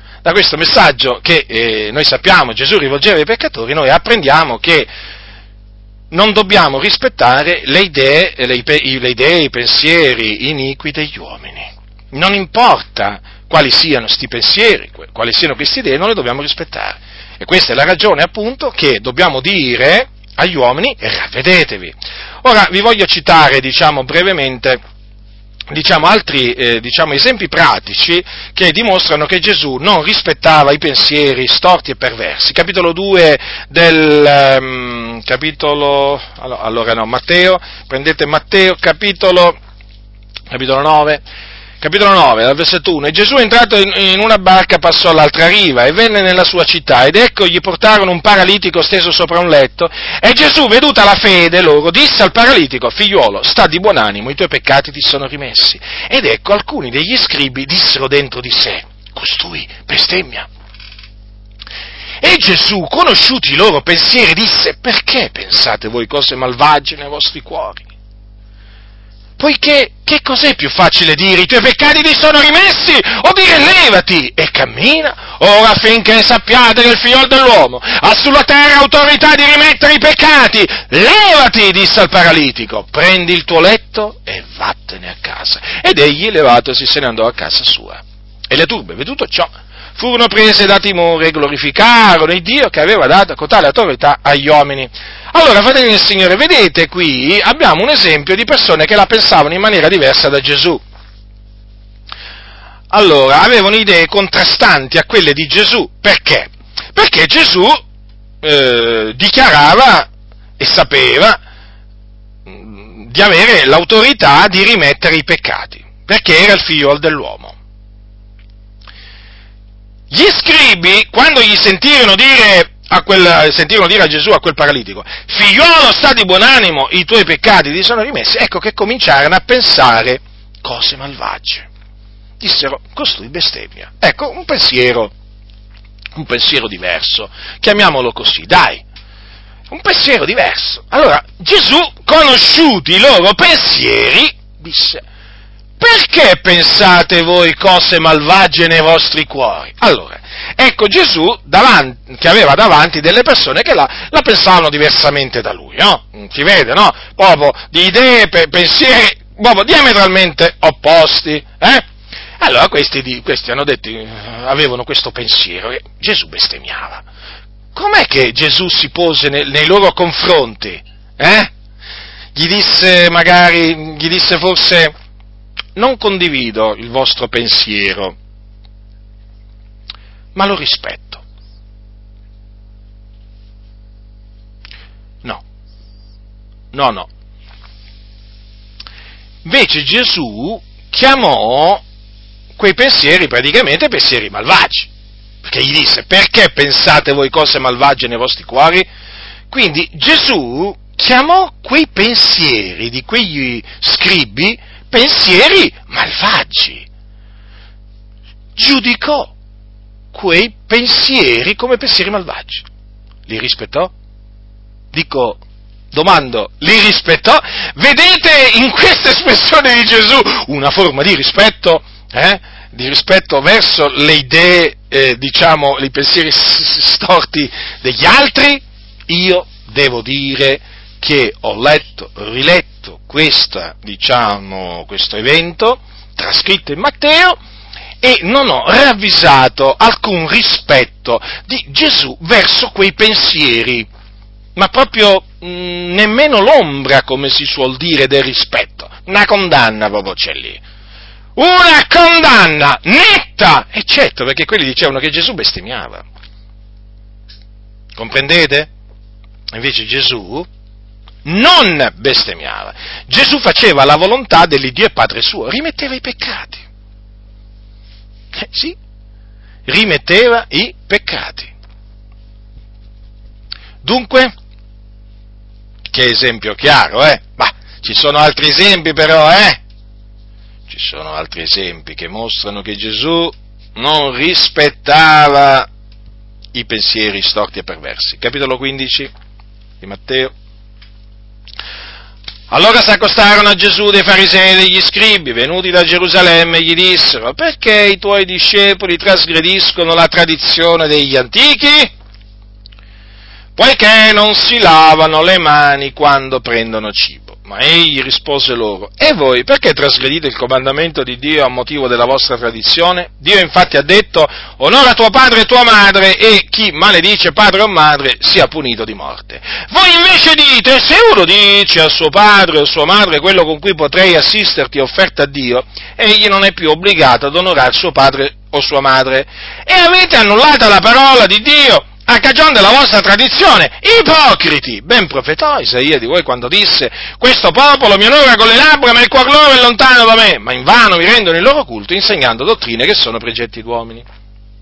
che noi sappiamo Gesù rivolgeva ai peccatori, noi apprendiamo che non dobbiamo rispettare le idee, i pensieri iniqui degli uomini. Non importa quali siano sti pensieri, quali siano queste idee, non le dobbiamo rispettare. E questa è la ragione, appunto, che dobbiamo dire agli uomini: ravvedetevi. Ora, vi voglio citare, brevemente, altri, esempi pratici che dimostrano che Gesù non rispettava i pensieri storti e perversi. Capitolo 2 Matteo, prendete Matteo, capitolo 9, capitolo 9, dal versetto 1, e Gesù entrato in una barca passò all'altra riva e venne nella sua città, ed ecco gli portarono un paralitico steso sopra un letto, e Gesù, veduta la fede loro, disse al paralitico: figliuolo, sta di buon animo, i tuoi peccati ti sono rimessi. Ed ecco alcuni degli scribi dissero dentro di sé: costui bestemmia. E Gesù, conosciuti i loro pensieri, disse: perché pensate voi cose malvagie nei vostri cuori? Poiché, che cos'è più facile dire: i tuoi peccati ti sono rimessi, o dire: levati e cammina, ora affinché sappiate che il figlio dell'uomo ha sulla terra autorità di rimettere i peccati. Levati, disse al paralitico, prendi il tuo letto e vattene a casa. Ed egli, levatosi, se ne andò a casa sua. E le turbe, veduto ciò, furono prese da timore e glorificarono il Dio che aveva dato cotale autorità agli uomini. Allora, fratelli del Signore, vedete qui abbiamo un esempio di persone che la pensavano in maniera diversa da Gesù. Allora, avevano idee contrastanti a quelle di Gesù. Perché? Perché Gesù dichiarava e sapeva di avere l'autorità di rimettere i peccati, perché era il figlio dell'uomo. Gli scribi, quando gli sentirono dire a Gesù, a quel paralitico: figliolo, sta di buon animo, i tuoi peccati ti sono rimessi, ecco che cominciarono a pensare cose malvagie. Dissero: costui bestemmia. Ecco, un pensiero diverso, chiamiamolo così, dai, un pensiero diverso. Allora, Gesù, conosciuti i loro pensieri, disse: perché pensate voi cose malvagie nei vostri cuori? Allora, ecco Gesù che aveva davanti delle persone che la pensavano diversamente da lui, no? Si vede, no? Proprio di idee, pensieri, proprio diametralmente opposti, eh? Allora questi hanno detto, avevano questo pensiero, e Gesù bestemmiava. Com'è che Gesù si pose nei loro confronti? Gli disse forse: non condivido il vostro pensiero, ma lo rispetto. No. Invece Gesù chiamò quei pensieri praticamente pensieri malvagi, perché gli disse: perché pensate voi cose malvagie nei vostri cuori? Quindi Gesù chiamò quei pensieri di quegli scribi pensieri malvagi, giudicò quei pensieri come pensieri malvagi. Li rispettò? Domando, li rispettò? Vedete in questa espressione di Gesù una forma di rispetto? Di rispetto verso le idee, i pensieri storti degli altri? Io devo dire che ho riletto questo evento trascritto in Matteo e non ho ravvisato alcun rispetto di Gesù verso quei pensieri, ma proprio nemmeno l'ombra, come si suol dire, del rispetto. Una condanna proprio c'è lì. Una condanna netta! E certo, perché quelli dicevano che Gesù bestemmiava. Comprendete? Invece Gesù non bestemmiava. Gesù faceva la volontà dell'Iddio e Padre suo, rimetteva i peccati. Sì, rimetteva i peccati. Dunque, che esempio chiaro, Ma ci sono altri esempi però, Ci sono altri esempi che mostrano che Gesù non rispettava i pensieri storti e perversi. Capitolo 15 di Matteo. Allora si accostarono a Gesù dei farisei e degli scribi, venuti da Gerusalemme, e gli dissero: perché i tuoi discepoli trasgrediscono la tradizione degli antichi? Poiché non si lavano le mani quando prendono cibo. Ma egli rispose loro: e voi perché trasgredite il comandamento di Dio a motivo della vostra tradizione? Dio infatti ha detto: onora tuo padre e tua madre, e chi maledice padre o madre sia punito di morte. Voi invece dite: se uno dice a suo padre o sua madre quello con cui potrei assisterti è offerta a Dio, egli non è più obbligato ad onorare suo padre o sua madre. E avete annullata la parola di Dio, a cagione della vostra tradizione, ipocriti! Ben profetò Isaia di voi quando disse: questo popolo mi onora con le labbra, ma il cuor loro è lontano da me, ma invano mi rendono il loro culto insegnando dottrine che sono precetti d'uomini.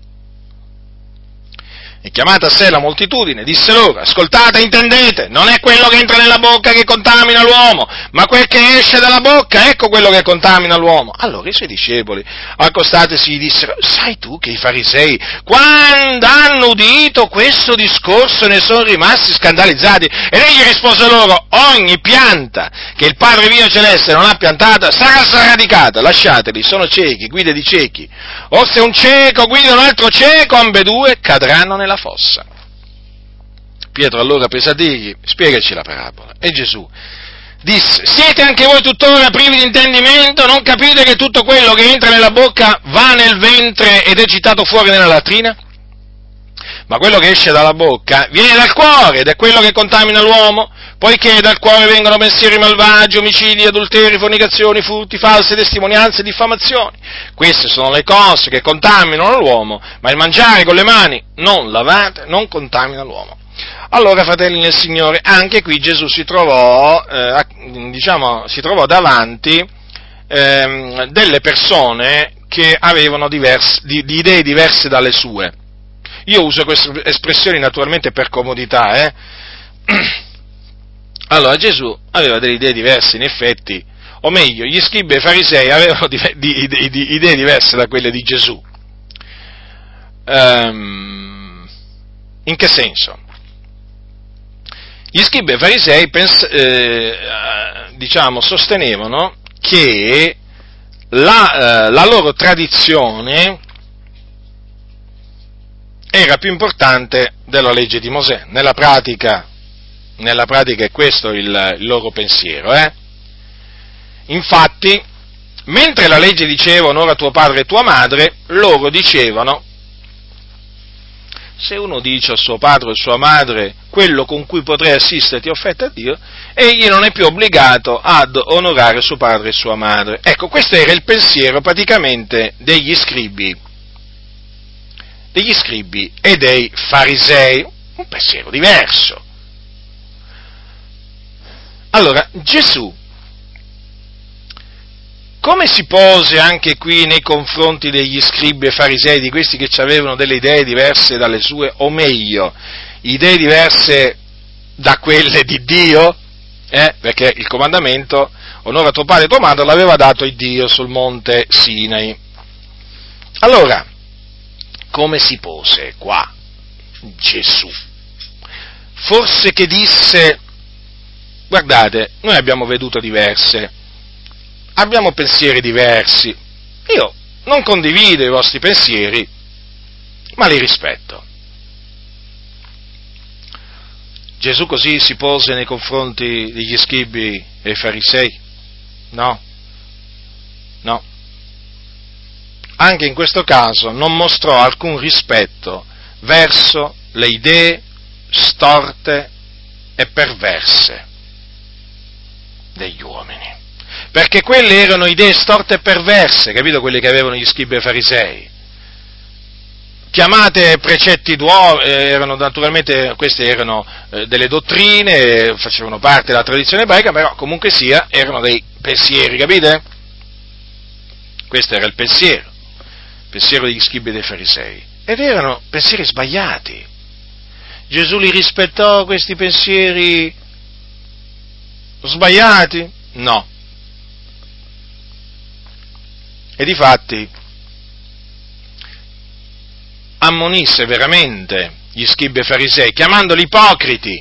E chiamata a sé la moltitudine, disse loro: ascoltate, intendete, non è quello che entra nella bocca che contamina l'uomo, ma quel che esce dalla bocca, ecco quello che contamina l'uomo. Allora i suoi discepoli, accostatisi, gli dissero: sai tu che i farisei, quando hanno udito questo discorso, ne sono rimasti scandalizzati? Ed egli rispose loro: ogni pianta che il Padre mio celeste non ha piantata sarà sradicata, lasciateli, sono ciechi, guide di ciechi. O se un cieco guida un altro cieco, ambedue cadranno nella fossa. Pietro allora prese a dirgli: spiegaci la parabola. E Gesù disse: siete anche voi tuttora privi di intendimento? Non capite che tutto quello che entra nella bocca va nel ventre ed è gettato fuori nella latrina? Ma quello che esce dalla bocca viene dal cuore ed è quello che contamina l'uomo, poiché dal cuore vengono pensieri malvagi, omicidi, adulteri, fornicazioni, furti, false testimonianze e diffamazioni. Queste sono le cose che contaminano l'uomo, ma il mangiare con le mani non lavate non contamina l'uomo. Allora, fratelli nel Signore, anche qui Gesù si trovò davanti delle persone che avevano di idee diverse dalle sue. Io uso queste espressioni naturalmente per comodità, Allora, Gesù aveva delle idee diverse, in effetti, o meglio, gli scribi e i farisei avevano idee diverse da quelle di Gesù. In che senso? Gli scribi e i farisei sostenevano che la loro tradizione era più importante della legge di Mosè. Nella pratica è questo il loro pensiero. Infatti, mentre la legge diceva onora tuo padre e tua madre, loro dicevano: se uno dice a suo padre o a sua madre quello con cui potrei assisterti offerte a Dio, egli non è più obbligato ad onorare suo padre e sua madre. Ecco, questo era il pensiero praticamente degli scribi e dei farisei, un pensiero diverso. Allora, Gesù, come si pose anche qui nei confronti degli scribi e farisei, di questi che avevano delle idee diverse dalle sue, o meglio, idee diverse da quelle di Dio, perché il comandamento, onora tuo padre e tua madre, l'aveva dato il Dio sul monte Sinai. Allora, come si pose qua Gesù? Forse che disse: guardate, noi abbiamo vedute diverse, abbiamo pensieri diversi, io non condivido i vostri pensieri, ma li rispetto. Gesù così si pose nei confronti degli scribi e farisei? No. Anche in questo caso non mostrò alcun rispetto verso le idee storte e perverse degli uomini, perché quelle erano idee storte e perverse, capito? Quelle che avevano gli scribi e farisei, chiamate precetti d'uomo, erano naturalmente, queste erano delle dottrine, facevano parte della tradizione ebraica, però comunque sia, erano dei pensieri, capite? Questo era il pensiero degli scribi e dei farisei, ed erano pensieri sbagliati. Gesù li rispettò questi pensieri sbagliati? No. E difatti ammonisse veramente gli scribi e farisei, chiamandoli ipocriti,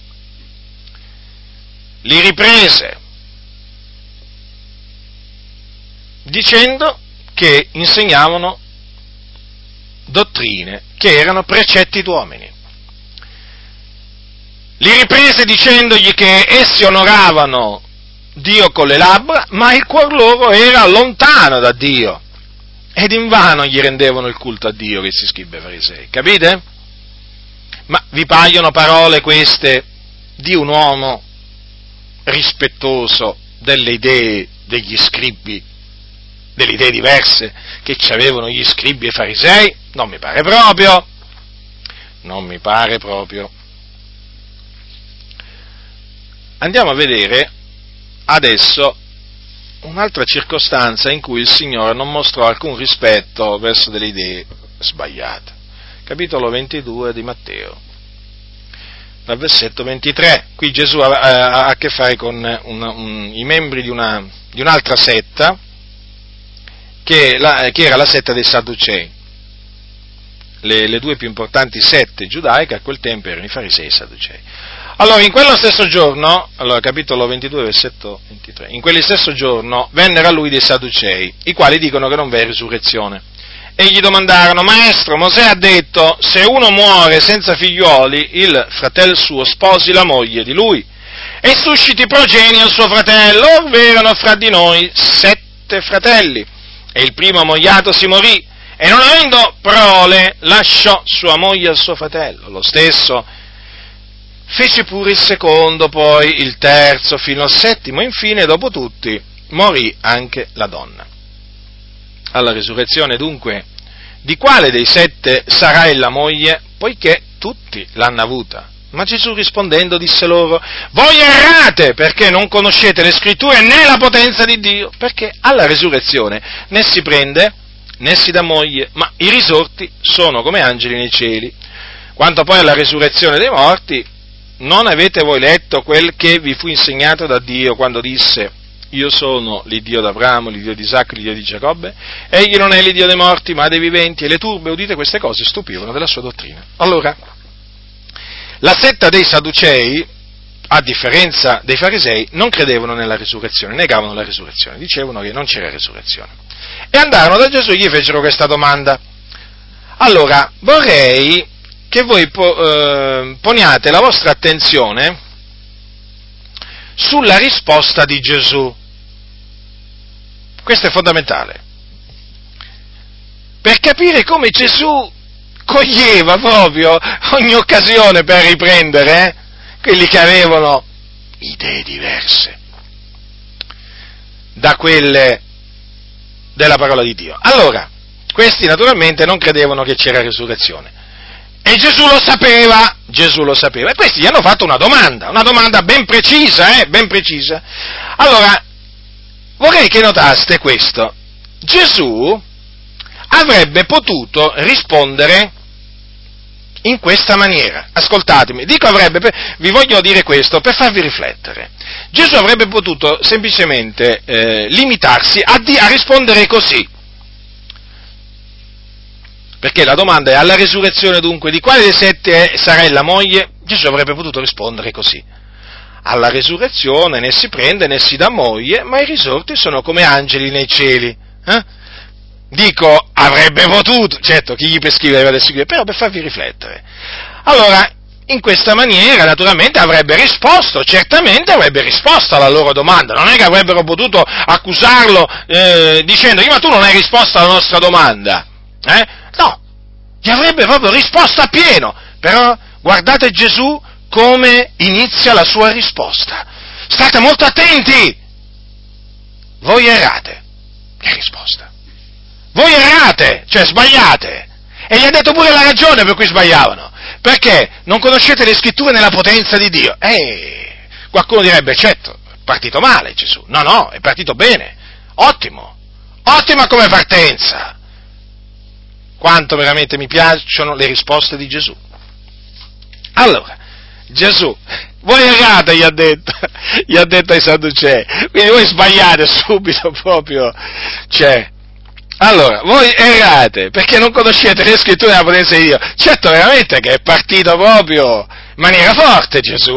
li riprese, dicendo che insegnavano dottrine che erano precetti d'uomini. Li riprese dicendogli che essi onoravano Dio con le labbra, ma il cuor loro era lontano da Dio, ed invano gli rendevano il culto a Dio, questi scribi e farisei, capite? Ma vi paiono parole queste di un uomo rispettoso delle idee degli scribi, delle idee diverse che ci avevano gli scribi e farisei? Non mi pare proprio. Non mi pare proprio. Andiamo a vedere adesso un'altra circostanza in cui il Signore non mostrò alcun rispetto verso delle idee sbagliate. Capitolo 22 di Matteo, dal versetto 23. Qui Gesù ha a che fare con i membri di un'altra setta, che era la setta dei Sadducei. Le due più importanti sette giudaiche a quel tempo erano i Farisei e i Sadducei. Allora, in quello stesso giorno, capitolo 22, versetto 23, in quello stesso giorno vennero a lui dei Sadducei, i quali dicono che non v'è risurrezione. E gli domandarono: Maestro, Mosè ha detto, se uno muore senza figliuoli, il fratello suo sposi la moglie di lui, e susciti progenie al suo fratello. Or v'erano fra di noi 7 fratelli, e il primo ammogliato si morì, e non avendo prole lasciò sua moglie al suo fratello. Lo stesso fece pure il secondo, poi il terzo, fino al settimo, infine, dopo tutti, morì anche la donna. Alla risurrezione, dunque, di quale dei 7 sarà ella moglie, poiché tutti l'hanno avuta? Ma Gesù rispondendo disse loro: voi errate, perché non conoscete le scritture né la potenza di Dio, perché alla risurrezione né si prende né si dà moglie, ma i risorti sono come angeli nei cieli. Quanto poi alla risurrezione dei morti, non avete voi letto quel che vi fu insegnato da Dio quando disse: io sono l'Iddio d'Abramo, l'Iddio di Isacco, l'Iddio di Giacobbe? Egli non è l'Iddio dei morti, ma dei viventi. E le turbe, udite queste cose, stupivano della sua dottrina. Allora, la setta dei Sadducei, a differenza dei Farisei, non credevano nella risurrezione, negavano la risurrezione, dicevano che non c'era risurrezione. E andarono da Gesù e gli fecero questa domanda. Allora, vorrei che voi poniate la vostra attenzione sulla risposta di Gesù. Questo è fondamentale, per capire come Gesù coglieva proprio ogni occasione per riprendere quelli che avevano idee diverse da quelle della parola di Dio. Allora, questi naturalmente non credevano che c'era risurrezione. E Gesù lo sapeva, e questi gli hanno fatto una domanda ben precisa, ben precisa. Allora, vorrei che notaste questo: Gesù avrebbe potuto rispondere in questa maniera. Ascoltatemi, dico avrebbe, vi voglio dire questo per farvi riflettere. Gesù avrebbe potuto semplicemente limitarsi a rispondere così. Perché la domanda è: alla risurrezione dunque di quale dei 7 sarà la moglie? Gesù avrebbe potuto rispondere così: alla risurrezione né si prende né si dà moglie, ma i risorti sono come angeli nei cieli. Dico, avrebbe potuto, certo, chi gli prescriveva le scrive, però per farvi riflettere. Allora, in questa maniera, naturalmente, certamente avrebbe risposto alla loro domanda. Non è che avrebbero potuto accusarlo dicendogli: ma tu non hai risposto alla nostra domanda. No, gli avrebbe proprio risposto appieno. Però guardate Gesù come inizia la sua risposta. State molto attenti! Voi errate. Che risposta? Voi errate, cioè sbagliate. E gli ha detto pure la ragione per cui sbagliavano. Perché non conoscete le scritture nella potenza di Dio. Qualcuno direbbe: certo, è partito male Gesù. No, è partito bene. Ottimo. Ottima come partenza. Quanto veramente mi piacciono le risposte di Gesù. Allora, Gesù, voi errate, gli ha detto ai Sadducei, quindi voi sbagliate subito proprio, allora, voi errate, perché non conoscete le scritture della potenza di Dio. Certo, veramente che è partito proprio in maniera forte Gesù,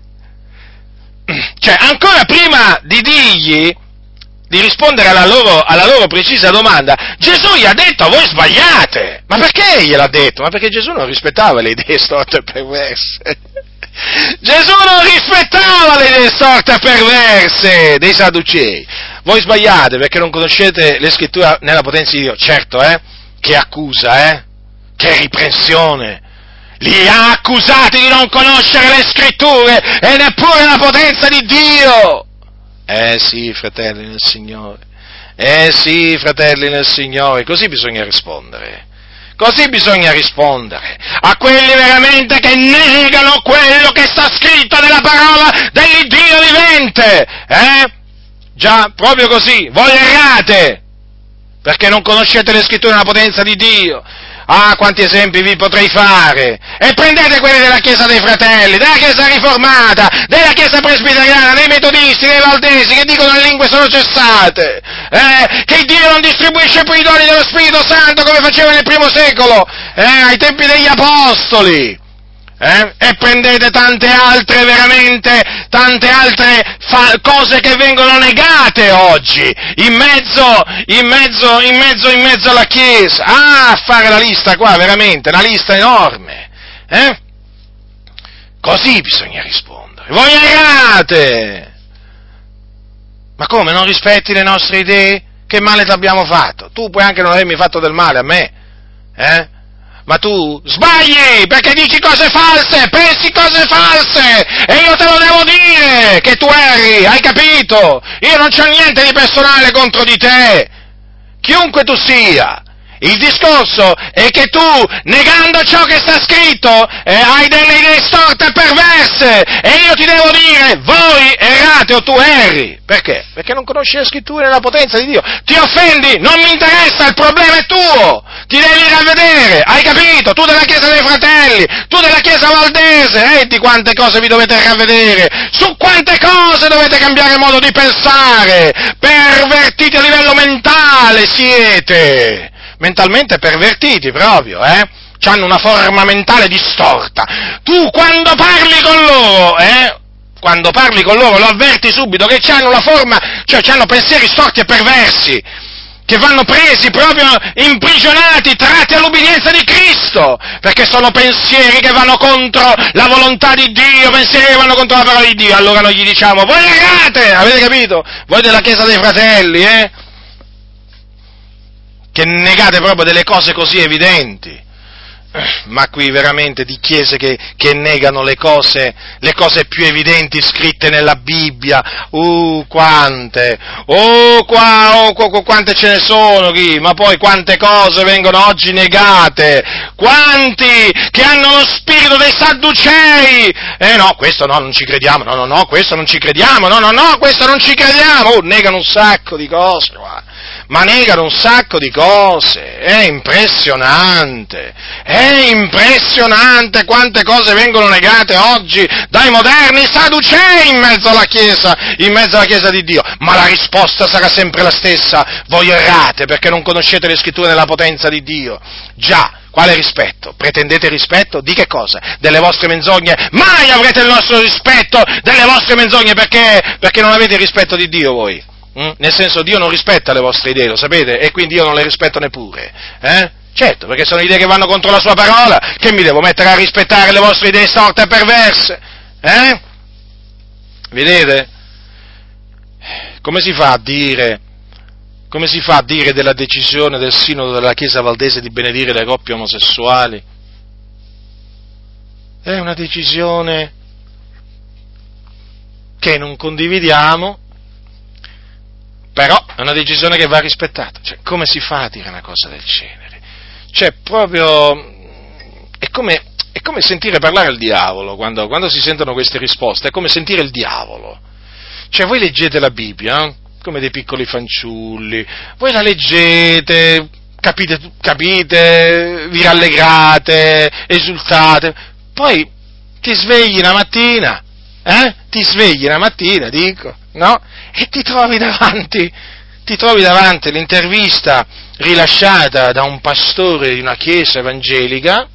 ancora prima di dirgli, di rispondere alla loro precisa domanda, Gesù gli ha detto: voi sbagliate. Ma perché gliel'ha detto? Ma perché Gesù non rispettava le idee storte e perverse. Gesù non rispettava le idee storte e perverse dei Sadducei. Voi sbagliate perché non conoscete le scritture nella potenza di Dio. Certo, che accusa, che riprensione. Li ha accusati di non conoscere le scritture e neppure la potenza di Dio. Sì, fratelli nel Signore, così bisogna rispondere, Così bisogna rispondere a quelli veramente che negano quello che sta scritto nella parola dell'Iddio vivente, Già, proprio così, voi errate, perché non conoscete le scritture nella potenza di Dio. Ah, quanti esempi vi potrei fare! E prendete quelli della Chiesa dei Fratelli, della Chiesa Riformata, della Chiesa Presbiteriana, dei Metodisti, dei Valdesi, che dicono le lingue sono cessate, che Dio non distribuisce più i doni dello Spirito Santo come faceva nel primo secolo, ai tempi degli Apostoli. E prendete tante altre, veramente, tante altre cose che vengono negate oggi, in mezzo alla Chiesa. Ah, a fare la lista qua, veramente, una lista enorme, Così bisogna rispondere. Voi errate! Ma come, non rispetti le nostre idee? Che male ti abbiamo fatto? Tu puoi anche non avermi fatto del male a me, Ma tu sbagli, perché dici cose false, pensi cose false, e io te lo devo dire, che tu erri, hai capito? Io non c'ho niente di personale contro di te, chiunque tu sia. Il discorso è che tu, negando ciò che sta scritto, hai delle idee storte e perverse, e io ti devo dire, voi errate o tu erri. Perché? Perché non conosci le scritture e la potenza di Dio. Ti offendi? Non mi interessa, il problema è tuo. Ti devi ravvedere, hai capito? Tu della Chiesa dei Fratelli, tu della Chiesa Valdese, di quante cose vi dovete ravvedere, su quante cose dovete cambiare modo di pensare, pervertiti a livello mentale siete. Mentalmente pervertiti proprio, C'hanno una forma mentale distorta. Tu quando parli con loro, lo avverti subito che c'hanno la forma, cioè c'hanno pensieri storti e perversi, che vanno presi proprio imprigionati, tratti all'ubbidienza di Cristo, perché sono pensieri che vanno contro la volontà di Dio, pensieri che vanno contro la parola di Dio. Allora noi gli diciamo, voi errate, avete capito? Voi della Chiesa dei Fratelli, che negate proprio delle cose così evidenti, ma qui veramente di chiese che negano le cose più evidenti scritte nella Bibbia, quante ce ne sono qui, ma poi quante cose vengono oggi negate, quanti che hanno lo spirito dei Sadducei, no, questo no, non ci crediamo, no, questo non ci crediamo, no, questo non ci crediamo, negano un sacco di cose, ma negano un sacco di cose, è impressionante quante cose vengono negate oggi dai moderni Sadducei in mezzo alla Chiesa di Dio, ma la risposta sarà sempre la stessa, voi errate perché non conoscete le scritture della potenza di Dio. Già, quale rispetto? Pretendete rispetto? Di che cosa? Delle vostre menzogne? Mai avrete il nostro rispetto delle vostre menzogne, perché non avete il rispetto di Dio voi. Nel senso, Dio non rispetta le vostre idee, lo sapete? E quindi io non le rispetto neppure, Certo, perché sono idee che vanno contro la sua parola, che mi devo mettere a rispettare le vostre idee storte e perverse, Vedete? Come si fa a dire della decisione del Sinodo della Chiesa Valdese di benedire le coppie omosessuali? È una decisione che non condividiamo, però è una decisione che va rispettata. Cioè, come si fa a dire una cosa del genere? Cioè, proprio, è come sentire parlare il diavolo, quando si sentono queste risposte, è come sentire il diavolo. Cioè, voi leggete la Bibbia, come dei piccoli fanciulli, voi la leggete, capite, vi rallegrate, esultate, poi ti svegli una mattina, dico, no? E ti trovi davanti l'intervista rilasciata da un pastore di una chiesa evangelica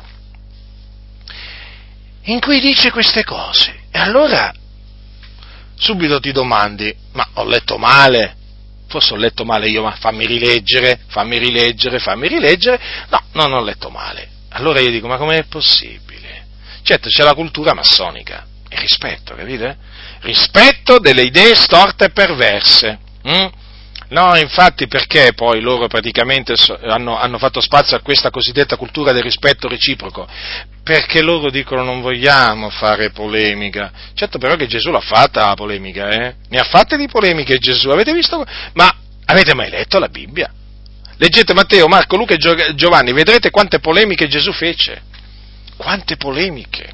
in cui dice queste cose. E allora subito ti domandi, ma ho letto male? Forse ho letto male io, ma fammi rileggere. No, non ho letto male. Allora io dico, ma com'è possibile? Certo, c'è la cultura massonica, il rispetto, capite? Rispetto delle idee storte e perverse. No, infatti, perché poi loro praticamente hanno fatto spazio a questa cosiddetta cultura del rispetto reciproco? Perché loro dicono non vogliamo fare polemica. Certo, però che Gesù l'ha fatta la polemica, Ne ha fatte di polemiche Gesù, avete visto? Ma avete mai letto la Bibbia? Leggete Matteo, Marco, Luca e Giovanni, vedrete quante polemiche Gesù fece. Quante polemiche.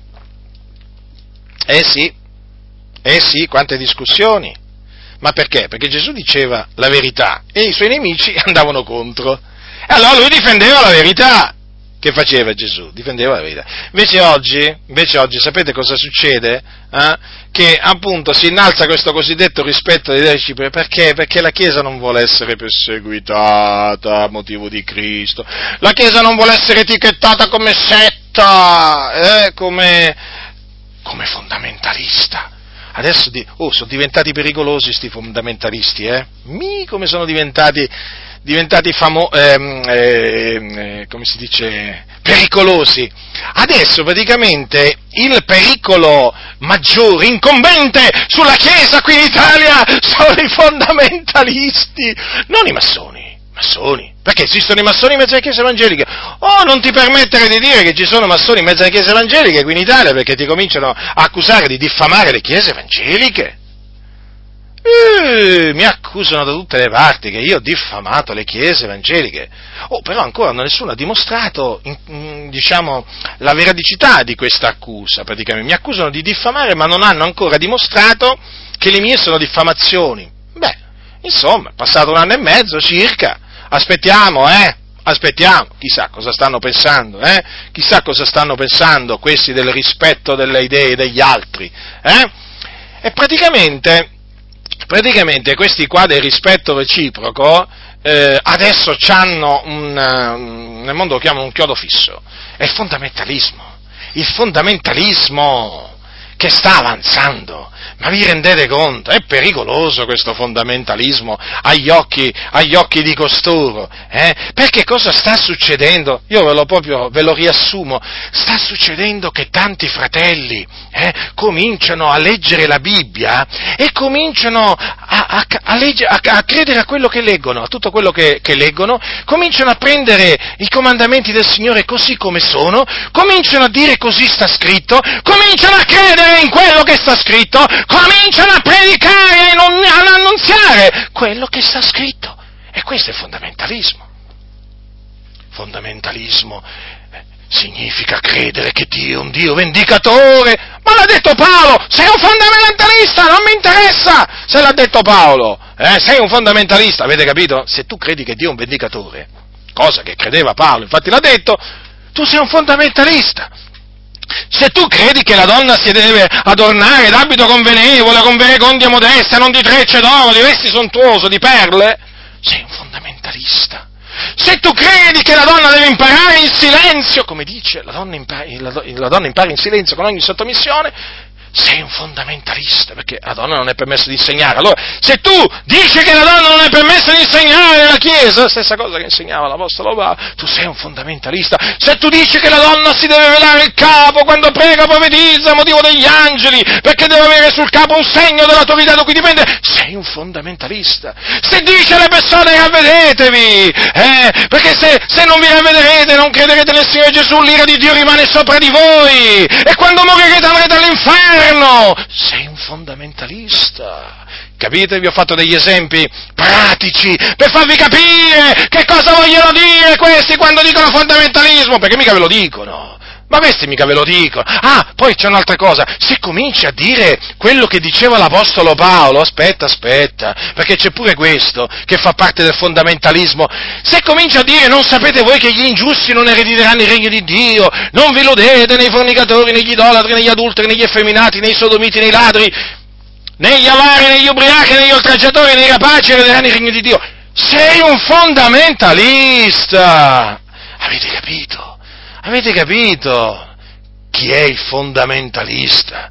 Sì, quante discussioni. Ma perché? Perché Gesù diceva la verità e i suoi nemici andavano contro. E allora lui difendeva la verità. Che faceva Gesù? Difendeva la verità. Invece oggi sapete cosa succede? Che appunto si innalza questo cosiddetto rispetto dei reciproci. Perché? Perché la Chiesa non vuole essere perseguitata a motivo di Cristo. La Chiesa non vuole essere etichettata come setta, come fondamentalista. Adesso sono diventati pericolosi sti fondamentalisti, come sono diventati come si dice, pericolosi. Adesso praticamente il pericolo maggiore, incombente sulla Chiesa qui in Italia sono i fondamentalisti, non i massoni, perché esistono i massoni in mezzo alle chiese evangeliche. Oh, non ti permettere di dire che ci sono massoni in mezzo alle chiese evangeliche qui in Italia, perché ti cominciano a accusare di diffamare le chiese evangeliche. Mi accusano da tutte le parti che io ho diffamato le chiese evangeliche. Però ancora nessuno ha dimostrato, la veridicità di questa accusa, praticamente. Mi accusano di diffamare, ma non hanno ancora dimostrato che le mie sono diffamazioni. Insomma, è passato 1 anno e mezzo circa, aspettiamo, chissà cosa stanno pensando, chissà cosa stanno pensando questi del rispetto delle idee degli altri, E praticamente questi qua del rispetto reciproco, adesso c'hanno nel mondo lo chiamano un chiodo fisso, è il fondamentalismo che sta avanzando. Ma vi rendete conto? È pericoloso questo fondamentalismo agli occhi di costoro, Perché cosa sta succedendo? Io ve lo riassumo. Sta succedendo che tanti fratelli, cominciano a leggere la Bibbia e cominciano a credere a quello che leggono, a tutto quello che leggono, cominciano a prendere i comandamenti del Signore così come sono, cominciano a dire così sta scritto, cominciano a credere in quello che sta scritto, cominciano a predicare e ad annunziare quello che sta scritto. E questo è fondamentalismo. Fondamentalismo significa credere che Dio è un Dio vendicatore. Ma l'ha detto Paolo, sei un fondamentalista, non mi interessa se l'ha detto Paolo, sei un fondamentalista, avete capito? Se tu credi che Dio è un vendicatore, cosa che credeva Paolo, infatti l'ha detto, tu sei un fondamentalista. Se tu credi che la donna si deve adornare d'abito convenevole, con verecondia modesta, non di trecce d'oro, di vesti sontuoso, di perle, sei un fondamentalista. Se tu credi che la donna deve imparare in silenzio, come dice, la donna impara in silenzio con ogni sottomissione, sei un fondamentalista, perché la donna non è permesso di insegnare. Allora, se tu dici che la donna non è permesso di insegnare nella Chiesa, stessa cosa che insegnava l'Apostolo Paolo, tu sei un fondamentalista. Se tu dici che la donna si deve velare il capo quando prega, profetizza a motivo degli angeli, perché deve avere sul capo un segno dell'autorità da cui dipende, sei un fondamentalista. Se dici alle persone ravvedetevi, perché se non vi ravvederete, non crederete nel Signore Gesù, l'ira di Dio rimane sopra di voi, e quando morirete andrete all'inferno, sei un fondamentalista. Capite? Vi ho fatto degli esempi pratici per farvi capire che cosa vogliono dire questi quando dicono fondamentalismo, perché mica ve lo dicono. Ma questi mica ve lo dicono. Poi c'è un'altra cosa, se cominci a dire quello che diceva l'Apostolo Paolo, aspetta, perché c'è pure questo che fa parte del fondamentalismo, se cominci a dire non sapete voi che gli ingiusti non erediteranno il regno di Dio, non vi illudete nei fornicatori, negli idolatri, negli adulteri, negli effeminati, nei sodomiti, nei ladri, negli avari, negli ubriachi, negli oltraggiatori, nei rapaci erederanno il regno di Dio, sei un fondamentalista, avete capito? Avete capito chi è il fondamentalista?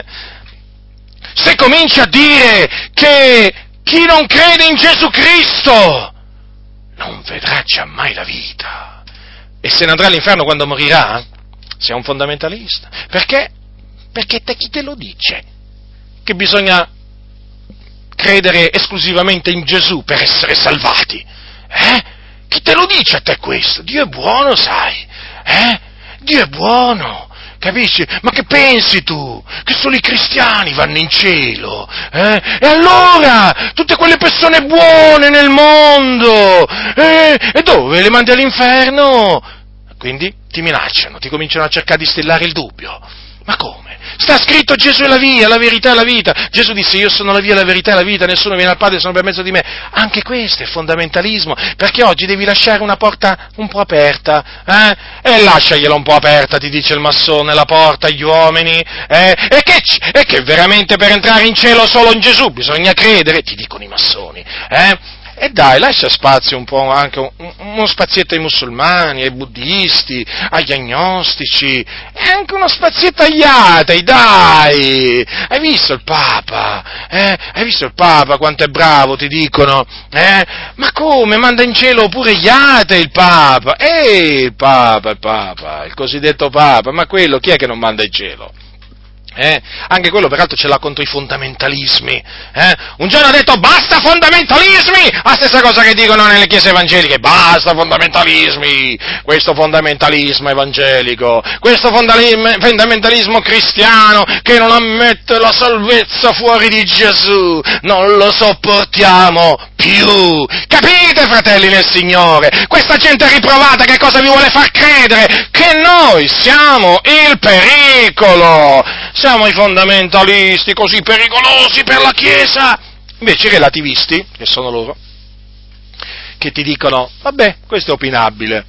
Se comincia a dire che chi non crede in Gesù Cristo non vedrà giammai la vita e se ne andrà all'inferno quando morirà, sei un fondamentalista. Perché? Perché chi te lo dice? Che bisogna credere esclusivamente in Gesù per essere salvati? Chi te lo dice a te questo? Dio è buono, sai? Dio è buono, capisci? Ma che pensi tu? Che solo i cristiani vanno in cielo? E allora, tutte quelle persone buone nel mondo, e dove? Le mandi all'inferno? Quindi ti minacciano, ti cominciano a cercare di instillare il dubbio. Ma come? Sta scritto: Gesù è la via, la verità e la vita. Gesù disse: io sono la via, la verità e la vita, nessuno viene al Padre se non per mezzo di me. Anche questo è fondamentalismo, perché oggi devi lasciare una porta un po' aperta, e lasciagliela un po' aperta, ti dice il massone, la porta agli uomini, e che veramente per entrare in cielo solo in Gesù bisogna credere, ti dicono i massoni, E dai, lascia spazio un po', anche uno spazietto ai musulmani, ai buddisti, agli agnostici, e anche uno spazietto agli atei, dai! Hai visto il Papa? Hai visto il Papa quanto è bravo, ti dicono? Ma come? Manda in cielo pure gli atei il Papa? Il Papa, il cosiddetto Papa, ma quello chi è che non manda in cielo? Anche quello peraltro ce l'ha contro i fondamentalismi, Un giorno ha detto: basta fondamentalismi! La stessa cosa che dicono nelle chiese evangeliche: basta fondamentalismi! Questo fondamentalismo evangelico, questo fondamentalismo cristiano che non ammette la salvezza fuori di Gesù, non lo sopportiamo più! Capite, fratelli nel Signore? Questa gente riprovata che cosa vi vuole far credere? Che noi siamo il pericolo! Siamo i fondamentalisti così pericolosi per la Chiesa! Invece i relativisti, che sono loro, che ti dicono: vabbè, questo è opinabile.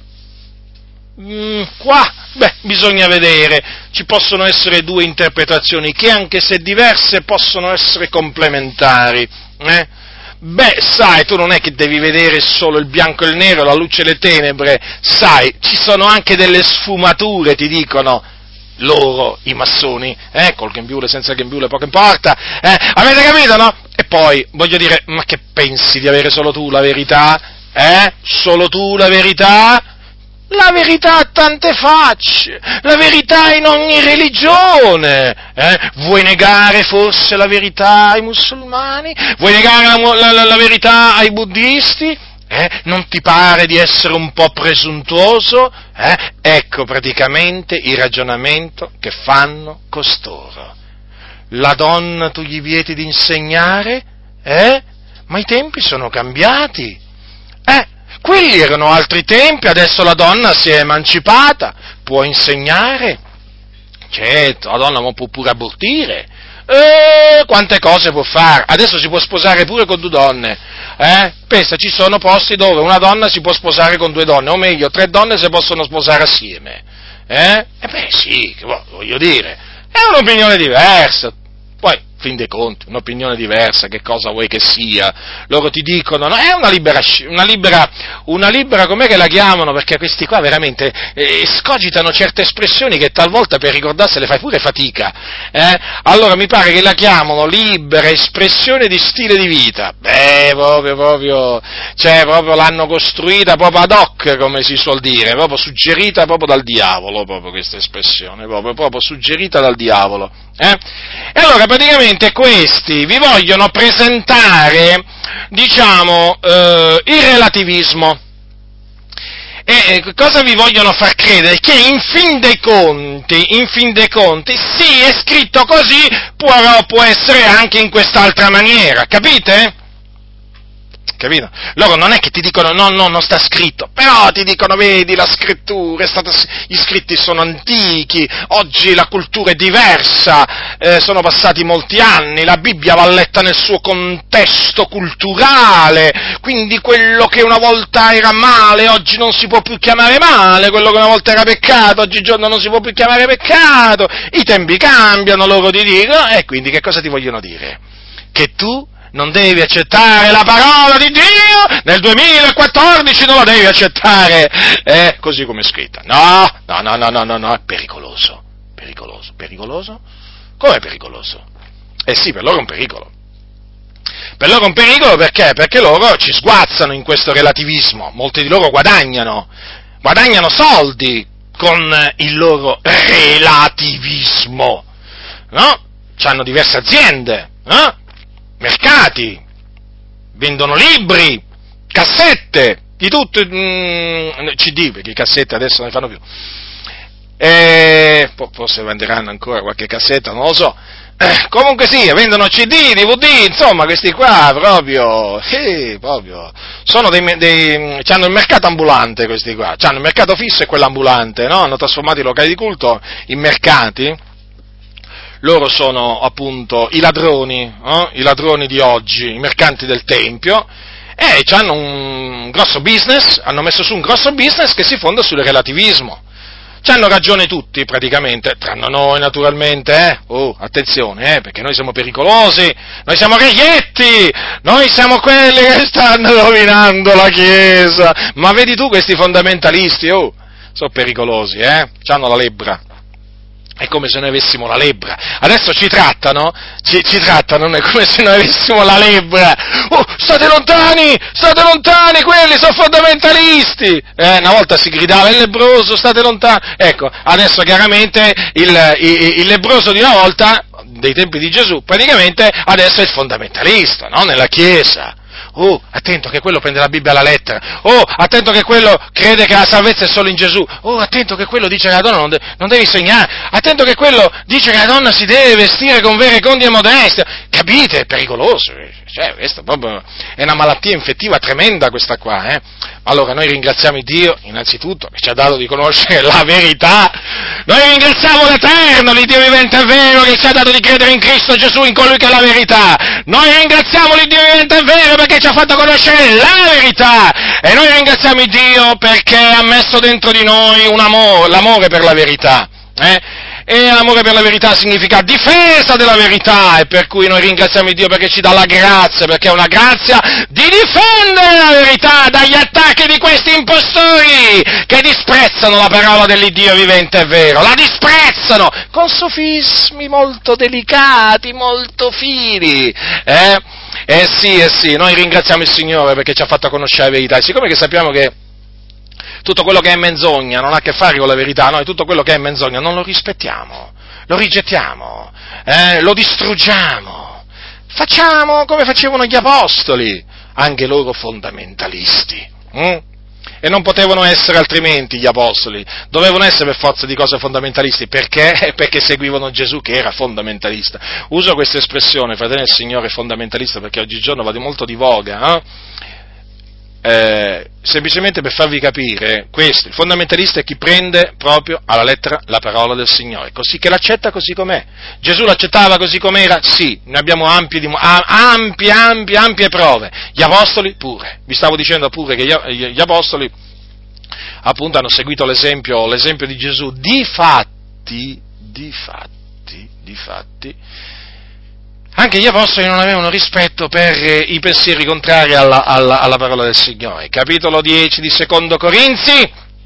Qua, bisogna vedere, ci possono essere due interpretazioni che, anche se diverse, possono essere complementari, sai, tu non è che devi vedere solo il bianco e il nero, la luce e le tenebre, sai, ci sono anche delle sfumature, ti dicono loro, i massoni, col grembiule, senza grembiule, poco importa, avete capito, no? E poi, voglio dire, ma che pensi di avere solo tu la verità? Solo tu la verità? La verità ha tante facce, la verità in ogni religione, Vuoi negare forse la verità ai musulmani? Vuoi negare la verità ai buddisti? Non ti pare di essere un po' presuntuoso? Ecco praticamente il ragionamento che fanno costoro. La donna tu gli vieti di insegnare? Ma i tempi sono cambiati. Quelli erano altri tempi, adesso la donna si è emancipata, può insegnare, certo, la donna può pure abortire, quante cose può fare, adesso si può sposare pure con due donne, pensa, ci sono posti dove una donna si può sposare con due donne, o meglio, 3 donne si possono sposare assieme, sì, voglio dire, è un'opinione diversa, poi, fin dei conti, un'opinione diversa, che cosa vuoi che sia? Loro ti dicono, no, è una libera, com'è che la chiamano? Perché questi qua veramente scogitano certe espressioni che talvolta per ricordarsele fai pure fatica, Allora mi pare che la chiamano libera espressione di stile di vita, proprio, l'hanno costruita proprio ad hoc, come si suol dire, proprio suggerita proprio dal diavolo, proprio questa espressione, proprio suggerita dal diavolo, E allora praticamente questi vi vogliono presentare, diciamo, il relativismo. E cosa vi vogliono far credere? Che in fin dei conti, sì, è scritto così, può essere anche in quest'altra maniera, capite? Capito? Loro non è che ti dicono no, non sta scritto, però ti dicono vedi la scrittura, gli scritti sono antichi, oggi la cultura è diversa, sono passati molti anni, la Bibbia va letta nel suo contesto culturale, quindi quello che una volta era male oggi non si può più chiamare male, quello che una volta era peccato oggigiorno non si può più chiamare peccato, i tempi cambiano, loro ti dicono, e quindi che cosa ti vogliono dire? Che tu non devi accettare la parola di Dio, nel 2014 non la devi accettare, così come è scritta. No, è pericoloso. Come è pericoloso? Sì, per loro è un pericolo. Per loro è un pericolo perché? Perché loro ci sguazzano in questo relativismo, molti di loro guadagnano soldi con il loro relativismo, no? C'hanno diverse aziende, no? Mercati, vendono libri, cassette, di tutto, CD, perché i cassette adesso non ne fanno più, Forse venderanno ancora qualche cassetta, non lo so. Comunque sia, vendono CD, DVD, insomma, questi qua proprio, sono c'hanno il mercato ambulante questi qua, c'hanno il mercato fisso e quello ambulante, no? Hanno trasformato i locali di culto in mercati. Loro sono appunto i ladroni di oggi, i mercanti del Tempio, e hanno un grosso business, hanno messo su un grosso business che si fonda sul relativismo. C'hanno ragione tutti, praticamente, tranne noi, naturalmente, attenzione, perché noi siamo pericolosi, noi siamo reietti, noi siamo quelli che stanno rovinando la Chiesa, ma vedi tu questi fondamentalisti, sono pericolosi, c'hanno la lebbra. È come se noi avessimo la lebbra. Adesso ci trattano come se noi avessimo la lebbra. State lontani, quelli sono fondamentalisti. Una volta si gridava il lebbroso, state lontani. Ecco, adesso chiaramente il lebbroso di una volta, dei tempi di Gesù, praticamente adesso è il fondamentalista, no? Nella Chiesa. Attento che quello prende la Bibbia alla lettera. Attento che quello crede che la salvezza è solo in Gesù. Attento che quello dice che la donna non deve insegnare. Attento che quello dice che la donna si deve vestire con vere condia e modestia. Capite? È pericoloso. Cioè, questa proprio è una malattia infettiva tremenda questa qua, Allora, noi ringraziamo Dio, innanzitutto, che ci ha dato di conoscere la verità. Noi ringraziamo l'Eterno, l'Iddio vivente e vero, che ci ha dato di credere in Cristo Gesù, in colui che è la verità. Noi ringraziamo l'Iddio vivente e vero perché ci ha fatto conoscere la verità. E noi ringraziamo Dio perché ha messo dentro di noi un amore, l'amore per la verità, E l'amore per la verità significa difesa della verità, e per cui noi ringraziamo Dio perché ci dà la grazia, perché è una grazia di difendere la verità dagli attacchi di questi impostori che disprezzano la parola dell'Iddio vivente e vero, la disprezzano con sofismi molto delicati, molto fini, sì, noi ringraziamo il Signore perché ci ha fatto conoscere la verità, e siccome che sappiamo che tutto quello che è menzogna non ha a che fare con la verità, noi tutto quello che è menzogna non lo rispettiamo, lo rigettiamo, lo distruggiamo, facciamo come facevano gli apostoli, anche loro fondamentalisti, E non potevano essere altrimenti gli apostoli, dovevano essere per forza di cose fondamentalisti, perché? Perché seguivano Gesù che era fondamentalista. Uso questa espressione, fratelli del Signore, fondamentalista, perché oggigiorno va molto di voga, semplicemente per farvi capire questo: il fondamentalista è chi prende proprio alla lettera la parola del Signore, così che l'accetta così com'è. Gesù l'accettava così com'era? Sì, ne abbiamo ampie prove. Gli apostoli pure. Vi stavo dicendo pure che gli apostoli appunto hanno seguito l'esempio di Gesù. Difatti, anche gli apostoli non avevano rispetto per i pensieri contrari alla parola del Signore. Capitolo 10 di Secondo Corinzi.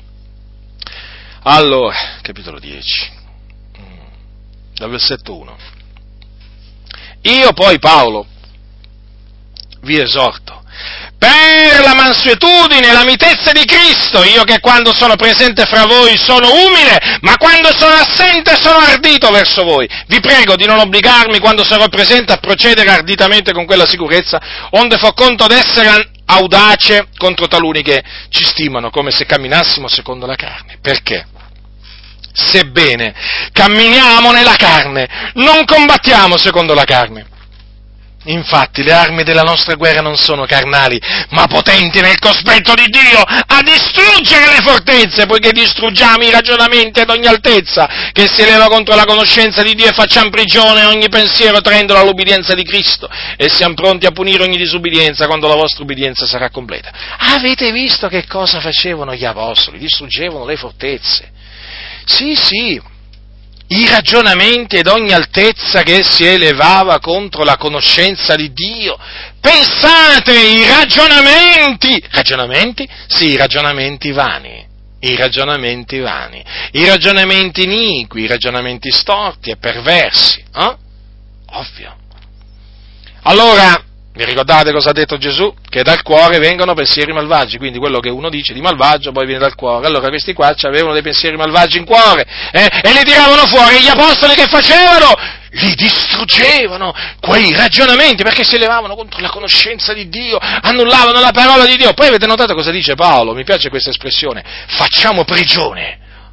Allora, capitolo 10, dal versetto 1. Io poi, Paolo, vi esorto per la mansuetudine e la mitezza di Cristo, io che quando sono presente fra voi sono umile, ma quando sono assente sono ardito verso voi. Vi prego di non obbligarmi quando sarò presente a procedere arditamente con quella sicurezza, onde fo conto d'essere audace contro taluni che ci stimano come se camminassimo secondo la carne. Perché? Sebbene camminiamo nella carne, non combattiamo secondo la carne. Infatti le armi della nostra guerra non sono carnali, ma potenti nel cospetto di Dio a distruggere le fortezze, poiché distruggiamo i ragionamenti ad ogni altezza che si eleva contro la conoscenza di Dio e facciamo prigione ogni pensiero traendolo all'obbedienza di Cristo, e siamo pronti a punire ogni disubbidienza quando la vostra ubbidienza sarà completa. Avete visto che cosa facevano gli apostoli? Distruggevano le fortezze. Sì. I ragionamenti ed ogni altezza che si elevava contro la conoscenza di Dio. Pensate, i ragionamenti! Ragionamenti? Sì, i ragionamenti vani, i ragionamenti iniqui, i ragionamenti storti e perversi, Ovvio. Allora, vi ricordate cosa ha detto Gesù? Che dal cuore vengono pensieri malvagi, quindi quello che uno dice di malvagio poi viene dal cuore. Allora questi qua avevano dei pensieri malvagi in cuore, e li tiravano fuori. Gli apostoli che facevano? Li distruggevano, quei ragionamenti, perché si elevavano contro la conoscenza di Dio, annullavano la parola di Dio. Poi avete notato cosa dice Paolo? Mi piace questa espressione: facciamo prigione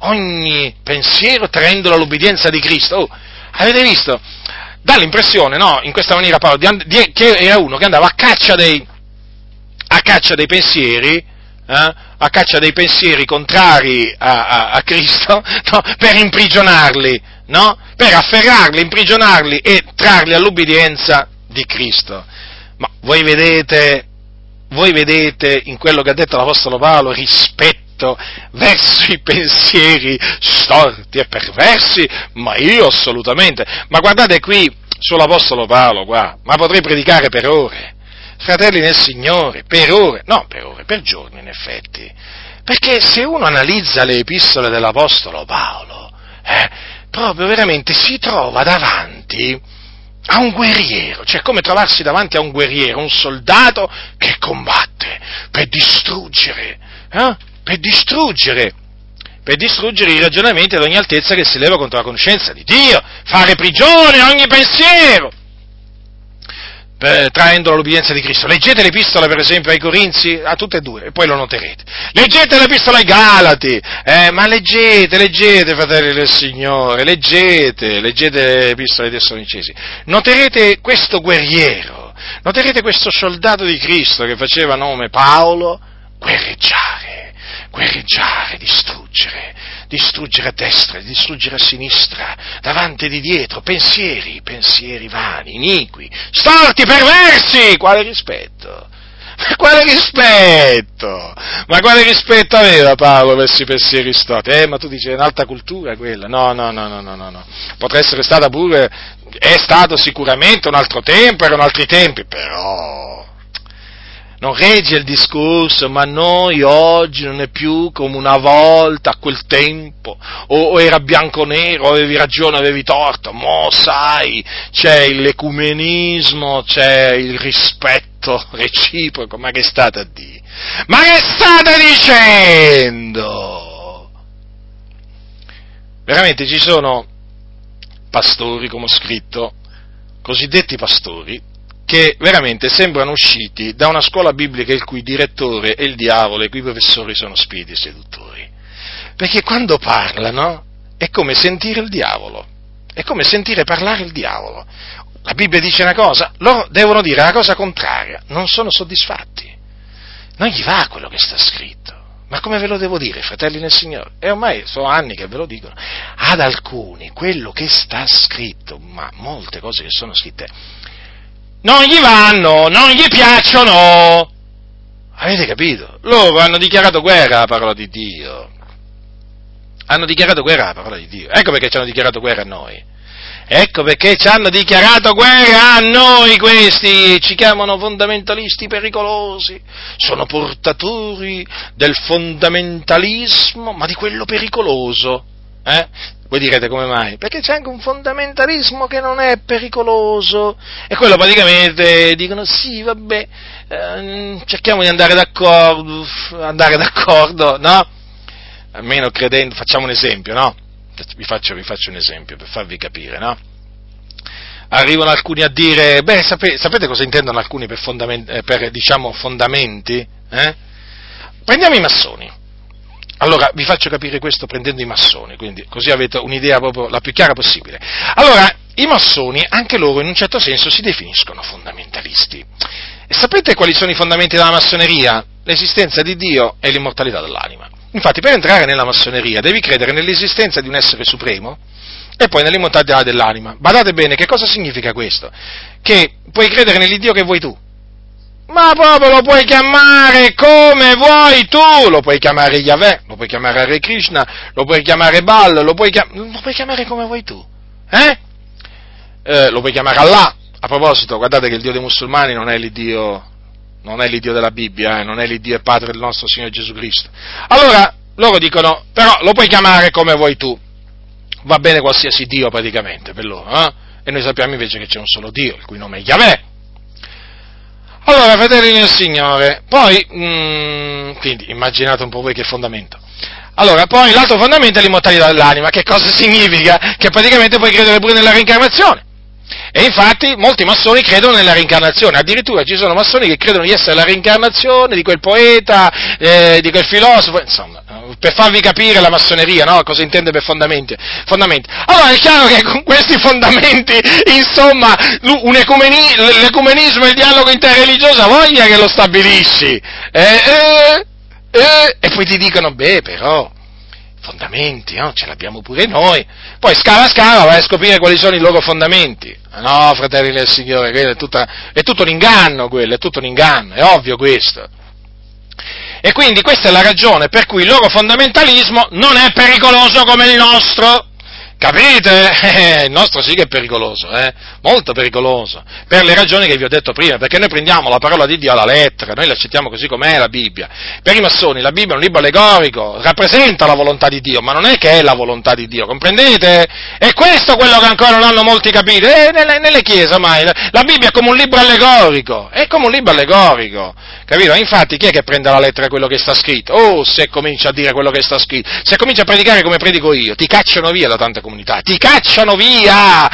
ogni pensiero traendolo all'obbedienza di Cristo. Oh, avete visto? Dà l'impressione, no, in questa maniera Paolo, che era uno che andava a caccia dei pensieri, a caccia dei pensieri contrari a Cristo, no, per imprigionarli, no? Per afferrarli, imprigionarli e trarli all'obbedienza di Cristo. Ma voi vedete in quello che ha detto l'Apostolo Paolo rispetto verso i pensieri storti e perversi? Ma io assolutamente. Ma guardate qui sull'Apostolo Paolo, qua, ma potrei predicare per ore. Fratelli nel Signore, per giorni in effetti. Perché se uno analizza le epistole dell'Apostolo Paolo, proprio veramente si trova davanti a un guerriero, cioè come trovarsi davanti a un guerriero, un soldato che combatte per distruggere i ragionamenti ad ogni altezza che si leva contro la conoscenza di Dio, fare prigione a ogni pensiero, traendolo all'obbedienza di Cristo. Leggete l'epistola per esempio ai Corinzi, a tutte e due, e poi lo noterete. Leggete l'epistola ai Galati, ma leggete, fratelli del Signore, leggete l'epistola ai Tessalonicesi. Noterete questo guerriero, noterete questo soldato di Cristo che faceva nome Paolo, guerreggiare, distruggere a destra, distruggere a sinistra, davanti e di dietro, pensieri vani, iniqui, storti, perversi. Quale rispetto? Ma quale rispetto aveva Paolo verso i pensieri storti? Ma tu dici, è un'alta cultura quella? No. Potrà essere stata pure, è stato sicuramente un altro tempo, erano altri tempi, però non regge il discorso, ma noi oggi non è più come una volta, a quel tempo, o era bianco o nero, o avevi ragione, avevi torto, mo sai, c'è l'ecumenismo, c'è il rispetto reciproco, ma che state a dire? Ma che state dicendo? Veramente ci sono pastori, come ho scritto, cosiddetti pastori, che veramente sembrano usciti da una scuola biblica il cui direttore è il diavolo e i cui professori sono spiriti seduttori. Perché quando parlano è come sentire il diavolo, è come sentire parlare il diavolo. La Bibbia dice una cosa, loro devono dire la cosa contraria, non sono soddisfatti, non gli va quello che sta scritto. Ma come ve lo devo dire, fratelli nel Signore? E ormai sono anni che ve lo dicono. Ad alcuni quello che sta scritto, ma molte cose che sono scritte, non gli vanno, non gli piacciono. Avete capito? Loro hanno dichiarato guerra alla parola di Dio. Ecco perché ci hanno dichiarato guerra a noi. Ecco perché ci hanno dichiarato guerra a noi questi, ci chiamano fondamentalisti pericolosi, sono portatori del fondamentalismo, ma di quello pericoloso, Voi direte come mai? Perché c'è anche un fondamentalismo che non è pericoloso, e quello praticamente dicono sì, vabbè, cerchiamo di andare d'accordo, no? Almeno credendo, facciamo un esempio, no? Vi faccio un esempio per farvi capire, no? Arrivano alcuni a dire, sapete cosa intendono alcuni per fondamenti? Prendiamo i massoni. Allora, vi faccio capire questo prendendo i massoni, quindi così avete un'idea proprio la più chiara possibile. Allora, i massoni, anche loro in un certo senso si definiscono fondamentalisti. E sapete quali sono i fondamenti della massoneria? L'esistenza di Dio e l'immortalità dell'anima. Infatti, per entrare nella massoneria devi credere nell'esistenza di un essere supremo e poi nell'immortalità dell'anima. Badate bene, che cosa significa questo? Che puoi credere nell'Iddio che vuoi tu, ma proprio lo puoi chiamare come vuoi tu, lo puoi chiamare Yahweh, lo puoi chiamare Hare Krishna, lo puoi chiamare Baal, lo puoi chiamare come vuoi tu, lo puoi chiamare Allah. A proposito, guardate che il Dio dei musulmani non è l'Iddio della Bibbia, non è l'Iddio e Padre del nostro Signore Gesù Cristo. Allora, loro dicono, però lo puoi chiamare come vuoi tu, va bene qualsiasi Dio praticamente per loro, e noi sappiamo invece che c'è un solo Dio, il cui nome è Yahweh. Allora, fratelli nel Signore, poi, quindi immaginate un po' voi che fondamento. Allora, poi l'altro fondamento è l'immortalità dell'anima. Che cosa significa? Che praticamente puoi credere pure nella reincarnazione. E infatti molti massoni credono nella reincarnazione, addirittura ci sono massoni che credono di essere la reincarnazione di quel poeta, di quel filosofo, insomma, per farvi capire la massoneria, no? Cosa intende per fondamenti. Allora è chiaro che con questi fondamenti, insomma, l'ecumenismo e il dialogo interreligioso, voglia che lo stabilisci, e poi ti dicono, però, fondamenti, no? Ce l'abbiamo pure noi. Poi scava, vai a scoprire quali sono i loro fondamenti. No, fratelli del Signore, è tutto un inganno, quello, è tutto un inganno, è ovvio questo. E quindi questa è la ragione per cui il loro fondamentalismo non è pericoloso come il nostro. Capite? Il nostro sì che è pericoloso, molto pericoloso, per le ragioni che vi ho detto prima, perché noi prendiamo la parola di Dio alla lettera, noi l'accettiamo così com'è la Bibbia. Per i massoni la Bibbia è un libro allegorico, rappresenta la volontà di Dio, ma non è che è la volontà di Dio, comprendete? E questo è quello che ancora non hanno molti capito, nelle chiese ormai la Bibbia è come un libro allegorico, capito? Infatti chi è che prende alla lettera quello che sta scritto? Oh, se comincia a dire quello che sta scritto, se comincia a predicare come predico io, ti cacciano via da tante comunità, ti cacciano via,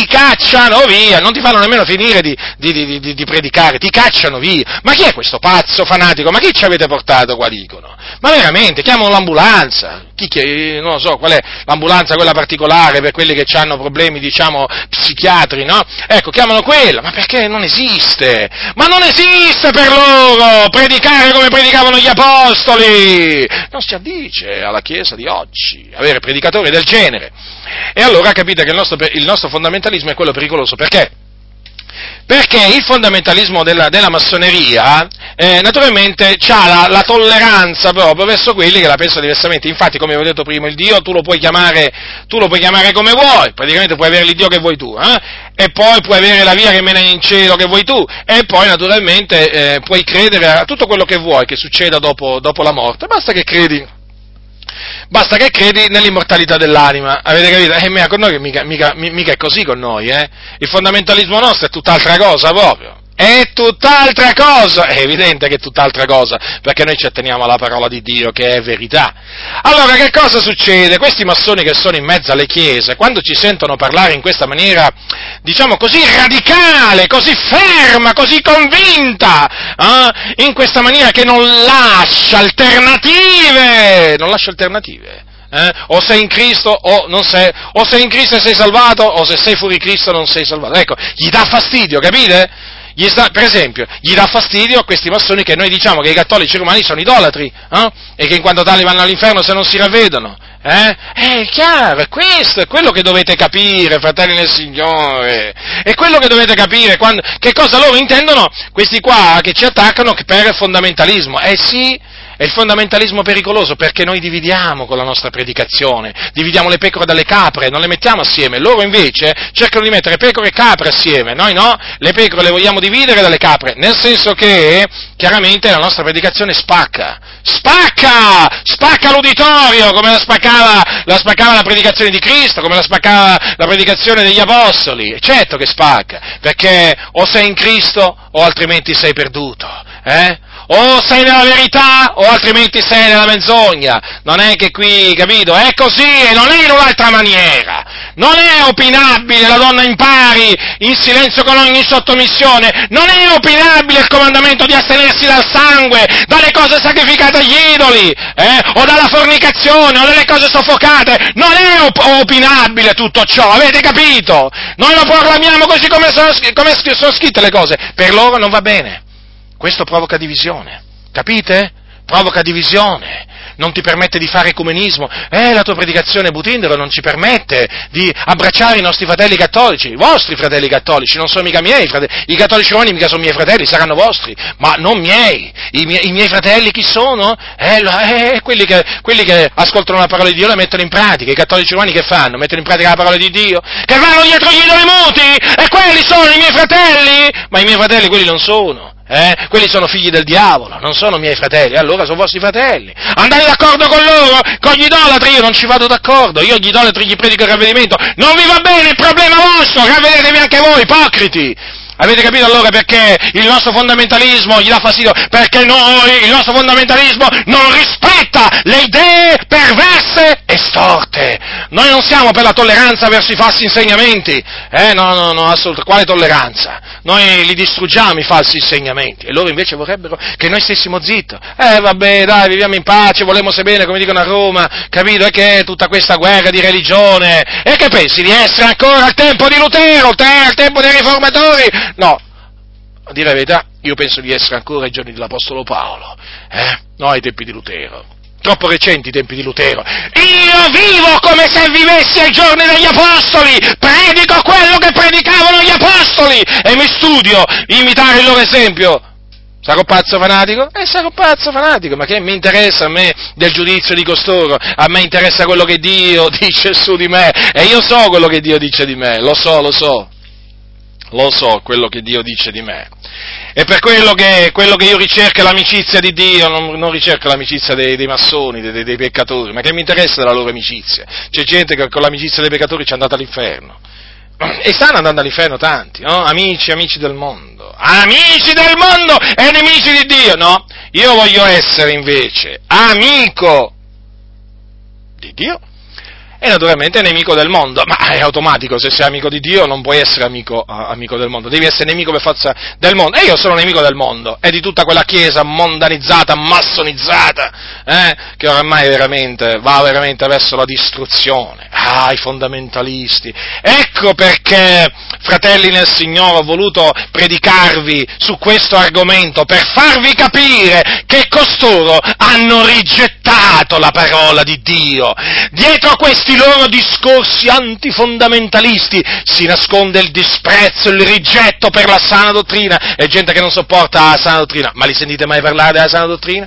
non ti fanno nemmeno finire di predicare, ti cacciano via. Ma chi è questo pazzo fanatico? Ma chi ci avete portato qua, dicono? Ma veramente, chiamano l'ambulanza, non lo so, qual è l'ambulanza quella particolare per quelli che hanno problemi, diciamo, psichiatri, no? Ecco, chiamano quella, ma perché non esiste? Ma non esiste per loro predicare come predicavano gli apostoli! Non si addice alla Chiesa di oggi avere predicatori del genere. E allora capite che il nostro fondamentalismo è quello pericoloso, perché? Perché il fondamentalismo della massoneria, naturalmente, ha la tolleranza proprio verso quelli che la pensano diversamente. Infatti, come vi ho detto prima, il Dio tu lo puoi chiamare come vuoi, praticamente puoi avere l'Iddio che vuoi tu, e poi puoi avere la via che mena in cielo che vuoi tu, e poi naturalmente puoi credere a tutto quello che vuoi che succeda dopo la morte, basta che credi nell'immortalità dell'anima, avete capito? Con noi che mica è così con noi, il fondamentalismo nostro è tutt'altra cosa proprio, è tutt'altra cosa, è evidente che è tutt'altra cosa, perché noi ci atteniamo alla parola di Dio che è verità. Allora che cosa succede? Questi massoni che sono in mezzo alle chiese, quando ci sentono parlare in questa maniera, diciamo così radicale, così ferma, così convinta, in questa maniera che non lascia alternative, o sei in Cristo o non sei, o sei in Cristo e sei salvato, o se sei fuori Cristo non sei salvato. Ecco, gli dà fastidio, capite? Per esempio, gli dà fastidio a questi massoni che noi diciamo che i cattolici romani sono idolatri, e che in quanto tali vanno all'inferno se non si ravvedono. È chiaro, è questo, è quello che dovete capire, fratelli nel Signore, è quello che dovete capire, che cosa loro intendono, questi qua che ci attaccano per fondamentalismo. Sì, è il fondamentalismo pericoloso, perché noi dividiamo con la nostra predicazione, dividiamo le pecore dalle capre, non le mettiamo assieme, loro invece cercano di mettere pecore e capre assieme, noi no, le pecore le vogliamo dividere dalle capre, nel senso che chiaramente la nostra predicazione spacca l'uditorio, come la spaccava la predicazione di Cristo, come la spaccava la predicazione degli apostoli, certo che spacca, perché o sei in Cristo o altrimenti sei perduto, o sei nella verità o altrimenti sei nella menzogna, non è che qui, capito, è così e non è in un'altra maniera, non è opinabile la donna in pari, in silenzio con ogni sottomissione, non è opinabile il comandamento di astenersi dal sangue, dalle cose sacrificate agli idoli, o dalla fornicazione, o dalle cose soffocate, non è opinabile tutto ciò, avete capito? Noi lo proclamiamo così come sono scritte le cose, per loro non va bene. Questo provoca divisione, capite? Provoca divisione, non ti permette di fare ecumenismo, la tua predicazione Butindaro non ci permette di abbracciare i nostri fratelli cattolici, i vostri fratelli cattolici, non sono mica miei fratelli, i cattolici romani mica sono miei fratelli, saranno vostri, ma non miei, i miei fratelli chi sono? Quelli che ascoltano la parola di Dio e la mettono in pratica, i cattolici romani che fanno? Mettono in pratica la parola di Dio? Che vanno dietro gli idoli muti? E quelli sono i miei fratelli? Ma i miei fratelli quelli non sono. Quelli sono figli del diavolo, non sono miei fratelli, allora sono vostri fratelli. Andate d'accordo con loro? Con gli idolatri io non ci vado d'accordo, io agli idolatri gli predico il ravvedimento. Non vi va bene, il problema vostro, ravvedetevi anche voi, ipocriti! Avete capito allora perché il nostro fondamentalismo gli dà fastidio? Perché il nostro fondamentalismo non rispetta le idee perverse e storte. Noi non siamo per la tolleranza verso i falsi insegnamenti, no, assolutamente, quale tolleranza? Noi li distruggiamo i falsi insegnamenti, e loro invece vorrebbero che noi stessimo zitto. Vabbè, dai, viviamo in pace, volemose bene, come dicono a Roma, capito? E che tutta questa guerra di religione, e che pensi di essere ancora al tempo di Lutero, al tempo dei riformatori? No, a dire la verità, io penso di essere ancora ai giorni dell'Apostolo Paolo, no ai tempi di Lutero. Troppo recenti i tempi di Lutero. Io vivo come se vivessi ai giorni degli Apostoli, predico quello che predicavano gli Apostoli e mi studio imitare il loro esempio. Sarò pazzo fanatico? Sarò pazzo fanatico, ma che mi interessa a me del giudizio di costoro? A me interessa quello che Dio dice su di me, e io so quello che Dio dice di me, lo so quello che Dio dice di me. E per quello che io ricerco è l'amicizia di Dio, non ricerco l'amicizia dei massoni, dei peccatori, ma che mi interessa della loro amicizia? C'è gente che con l'amicizia dei peccatori ci è andata all'inferno. E stanno andando all'inferno tanti, no? Amici del mondo e nemici di Dio, no? Io voglio essere invece amico di Dio e naturalmente nemico del mondo, ma è automatico, se sei amico di Dio non puoi essere amico del mondo, devi essere nemico per forza del mondo, e io sono nemico del mondo, e di tutta quella chiesa mondanizzata, massonizzata, che oramai va veramente verso la distruzione, i fondamentalisti. Ecco perché, fratelli nel Signore, ho voluto predicarvi su questo argomento, per farvi capire che costoro hanno rigettato la parola di Dio. Dietro a questi loro discorsi antifondamentalisti si nasconde il disprezzo, il rigetto per la sana dottrina, e gente che non sopporta la sana dottrina. Ma li sentite mai parlare della sana dottrina?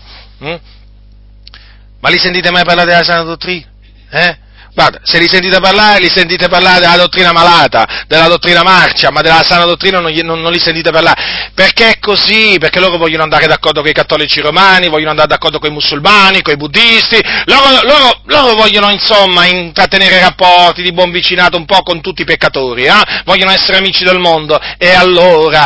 Ma li sentite mai parlare della sana dottrina? Guarda, se li sentite parlare della dottrina malata, della dottrina marcia, ma della sana dottrina non li sentite parlare. Perché è così? Perché loro vogliono andare d'accordo con i cattolici romani, vogliono andare d'accordo con i musulmani, con i buddisti, loro vogliono insomma intrattenere rapporti di buon vicinato un po' con tutti i peccatori, vogliono essere amici del mondo, e allora,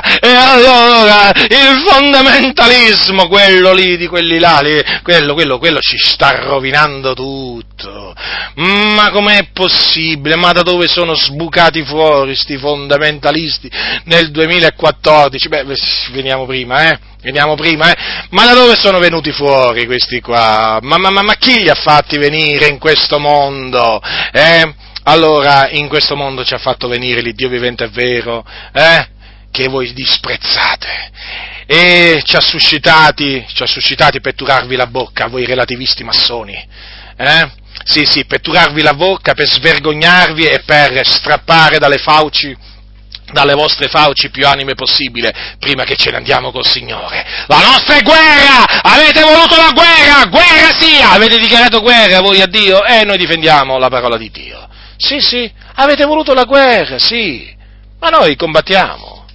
il fondamentalismo, quello lì, di quelli là, quello ci sta rovinando tutto. Ma com'è possibile? Ma da dove sono sbucati fuori sti fondamentalisti nel 2014? Veniamo prima. Ma da dove sono venuti fuori questi qua? Ma chi li ha fatti venire in questo mondo? Allora, in questo mondo ci ha fatto venire l'Iddio vivente e vero, che voi disprezzate. E ci ha suscitati per turarvi la bocca, voi relativisti massoni, Sì, per turarvi la bocca, per svergognarvi e per strappare dalle vostre fauci più anime possibile, prima che ce ne andiamo col Signore. La nostra è guerra! Avete voluto la guerra! Guerra sì! Avete dichiarato guerra voi a Dio? Noi difendiamo la parola di Dio. Sì, avete voluto la guerra, sì, ma noi combattiamo,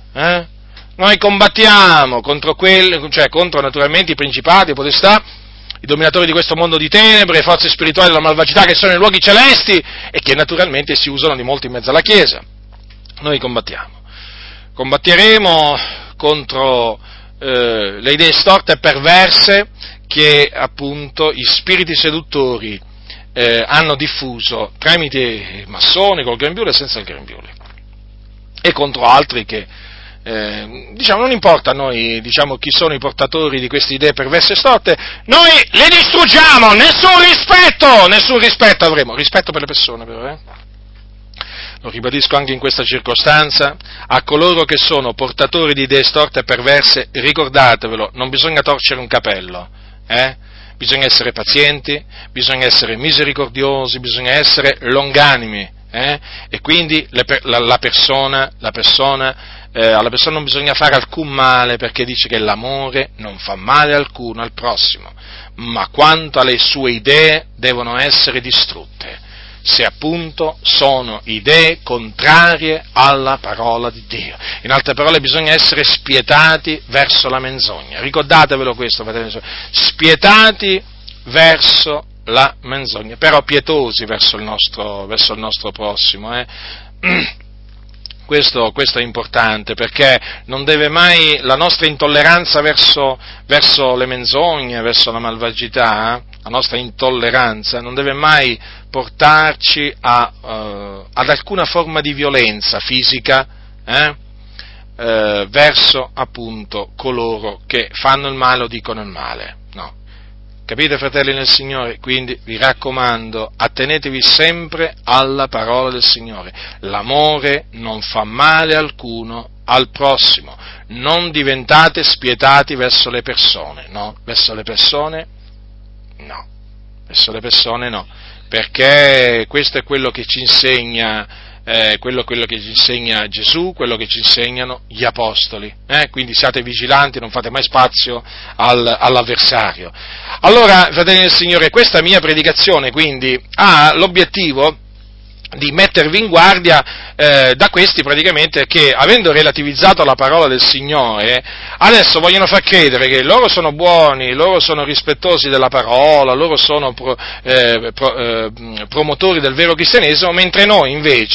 Noi combattiamo contro contro naturalmente i principati, i potestà, i dominatori di questo mondo di tenebre, le forze spirituali della malvagità che sono nei luoghi celesti e che naturalmente si usano di molto in mezzo alla Chiesa. Noi combatteremo contro le idee storte e perverse che appunto gli spiriti seduttori hanno diffuso tramite i massoni, col grembiule e senza il grembiule, e contro altri che non importa a noi, chi sono i portatori di queste idee perverse e storte, noi le distruggiamo, nessun rispetto avremo, rispetto per le persone però, Lo ribadisco anche in questa circostanza, a coloro che sono portatori di idee storte e perverse, ricordatevelo, non bisogna torcere un capello, Bisogna essere pazienti, bisogna essere misericordiosi, bisogna essere longanimi, E quindi alla persona non bisogna fare alcun male, perché dice che l'amore non fa male alcuno al prossimo, ma quanto alle sue idee devono essere distrutte, se appunto sono idee contrarie alla parola di Dio. In altre parole, bisogna essere spietati verso la menzogna. Ricordatevelo questo, fratelli, spietati verso la menzogna, però pietosi verso il nostro prossimo, Questo è importante, perché non deve mai la nostra intolleranza verso le menzogne, verso la malvagità, la nostra intolleranza non deve mai portarci ad alcuna forma di violenza fisica, verso appunto coloro che fanno il male o dicono il male. No. Capite, fratelli nel Signore? Quindi vi raccomando, attenetevi sempre alla parola del Signore. L'amore non fa male alcuno al prossimo. Non diventate spietati verso le persone, no? Verso le persone no. Verso le persone no. Perché questo è quello che ci insegna quello che ci insegna Gesù, quello che ci insegnano gli apostoli, quindi siate vigilanti, non fate mai spazio all'avversario. Allora, fratelli del Signore, questa mia predicazione quindi ha l'obiettivo di mettervi in guardia da questi praticamente che, avendo relativizzato la parola del Signore, adesso vogliono far credere che loro sono buoni, loro sono rispettosi della parola, loro sono promotori del vero cristianesimo, mentre noi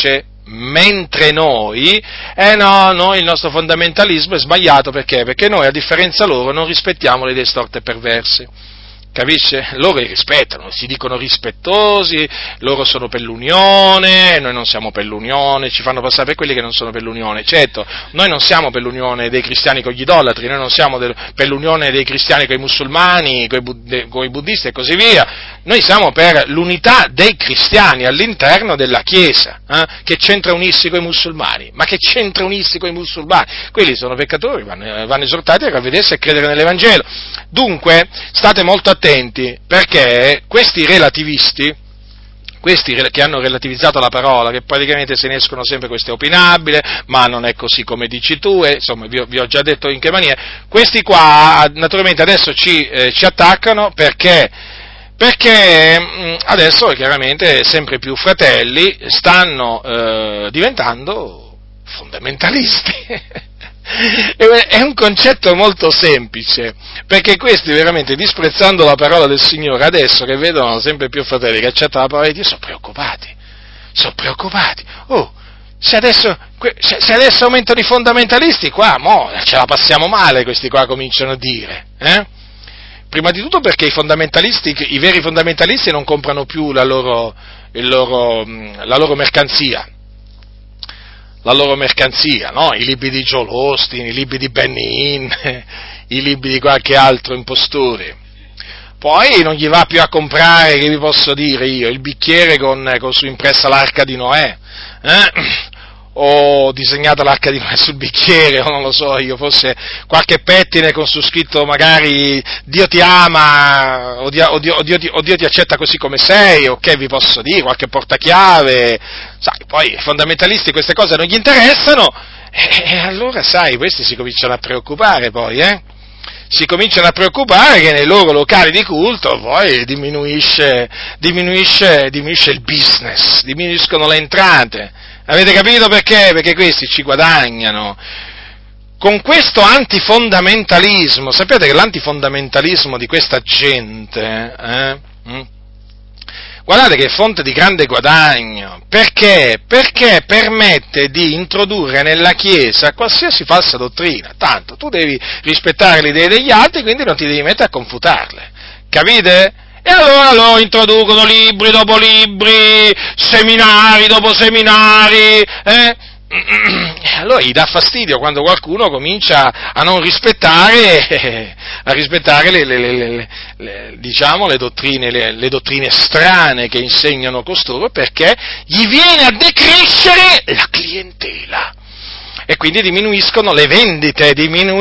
noi il nostro fondamentalismo è sbagliato. Perché noi, a differenza loro, non rispettiamo le idee storte e perverse. Capisce? Loro li rispettano, si dicono rispettosi, loro sono per l'unione, noi non siamo per l'unione, ci fanno passare per quelli che non sono per l'unione. Certo, noi non siamo per l'unione dei cristiani con gli idolatri, noi non siamo per l'unione dei cristiani con i musulmani, con i buddisti e così via. Noi siamo per l'unità dei cristiani all'interno della Chiesa. Che c'entra unirsi con i musulmani? Ma che c'entra unirsi con i musulmani? Quelli sono peccatori, vanno esortati a ravvedersi e credere nell'Evangelo. Dunque, state molto attenti, perché questi relativisti, questi che hanno relativizzato la parola, che praticamente se ne escono sempre, questo è opinabile, ma non è così come dici tu, insomma vi ho già detto in che maniera, questi qua naturalmente adesso ci attaccano perché adesso chiaramente sempre più fratelli stanno diventando fondamentalisti. È un concetto molto semplice, perché questi veramente, disprezzando la parola del Signore, adesso che vedono sempre più fratelli che accettano la parola di Dio, sono preoccupati. Se adesso aumentano i fondamentalisti, qua, ce la passiamo male, questi qua cominciano a dire, Prima di tutto perché i veri fondamentalisti non comprano più la loro mercanzia. La loro mercanzia, no? I libri di Joel Osteen, i libri di Benny Hinn, i libri di qualche altro impostore. Poi non gli va più a comprare, che vi posso dire io, il bicchiere con su impressa l'arca di Noè, o disegnata l'arca di Noè sul bicchiere, o non lo so io, forse qualche pettine con su scritto magari Dio ti ama, o Dio ti accetta così come sei, o che vi posso dire, qualche portachiave, sai, poi i fondamentalisti queste cose non gli interessano, e allora sai, questi si cominciano a preoccupare poi, si cominciano a preoccupare che nei loro locali di culto poi diminuisce il business, diminuiscono le entrate. Avete capito perché? Perché questi ci guadagnano. Con questo antifondamentalismo, sapete che l'antifondamentalismo di questa gente, guardate che è fonte di grande guadagno. Perché? Perché permette di introdurre nella Chiesa qualsiasi falsa dottrina. Tanto, tu devi rispettare le idee degli altri, quindi non ti devi mettere a confutarle. Capite? E allora loro introducono libri dopo libri, seminari dopo seminari, allora gli dà fastidio quando qualcuno comincia a non rispettare, le dottrine strane che insegnano costoro, perché gli viene a decrescere la clientela. E quindi diminuiscono le vendite,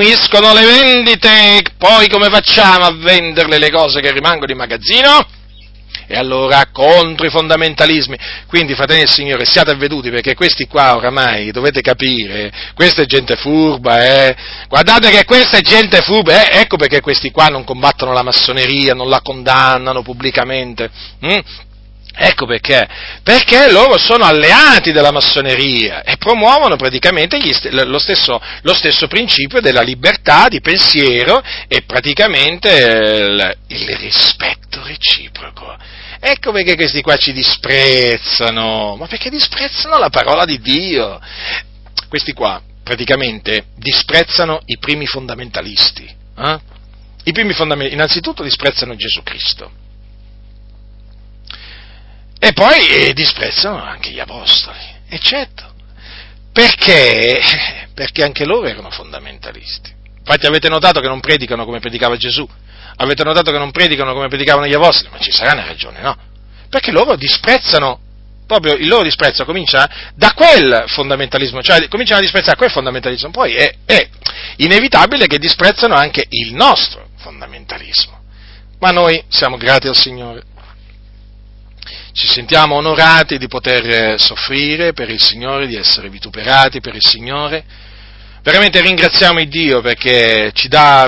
poi come facciamo a venderle le cose che rimangono in magazzino? E allora contro i fondamentalismi. Quindi, fratelli del Signore, siate avveduti, perché questi qua oramai, dovete capire, questa è gente furba, guardate che questa è gente furba, ecco perché questi qua non combattono la massoneria, non la condannano pubblicamente, Ecco perché loro sono alleati della massoneria e promuovono praticamente lo stesso principio della libertà di pensiero e praticamente il rispetto reciproco. Ecco perché questi qua ci disprezzano, ma perché disprezzano la parola di Dio. questi qua praticamente disprezzano i primi fondamentalisti. Innanzitutto disprezzano Gesù Cristo e poi disprezzano anche gli apostoli, eccetto. Perché anche loro erano fondamentalisti. Infatti avete notato che non predicano come predicava Gesù? Avete notato che non predicano come predicavano gli apostoli? Ma ci sarà una ragione, no? Perché loro disprezzano, proprio il loro disprezzo comincia da quel fondamentalismo, cioè cominciano a disprezzare quel fondamentalismo, poi è inevitabile che disprezzano anche il nostro fondamentalismo. Ma noi siamo grati al Signore. Ci sentiamo onorati di poter soffrire per il Signore, di essere vituperati per il Signore. Veramente ringraziamo il Dio perché ci ha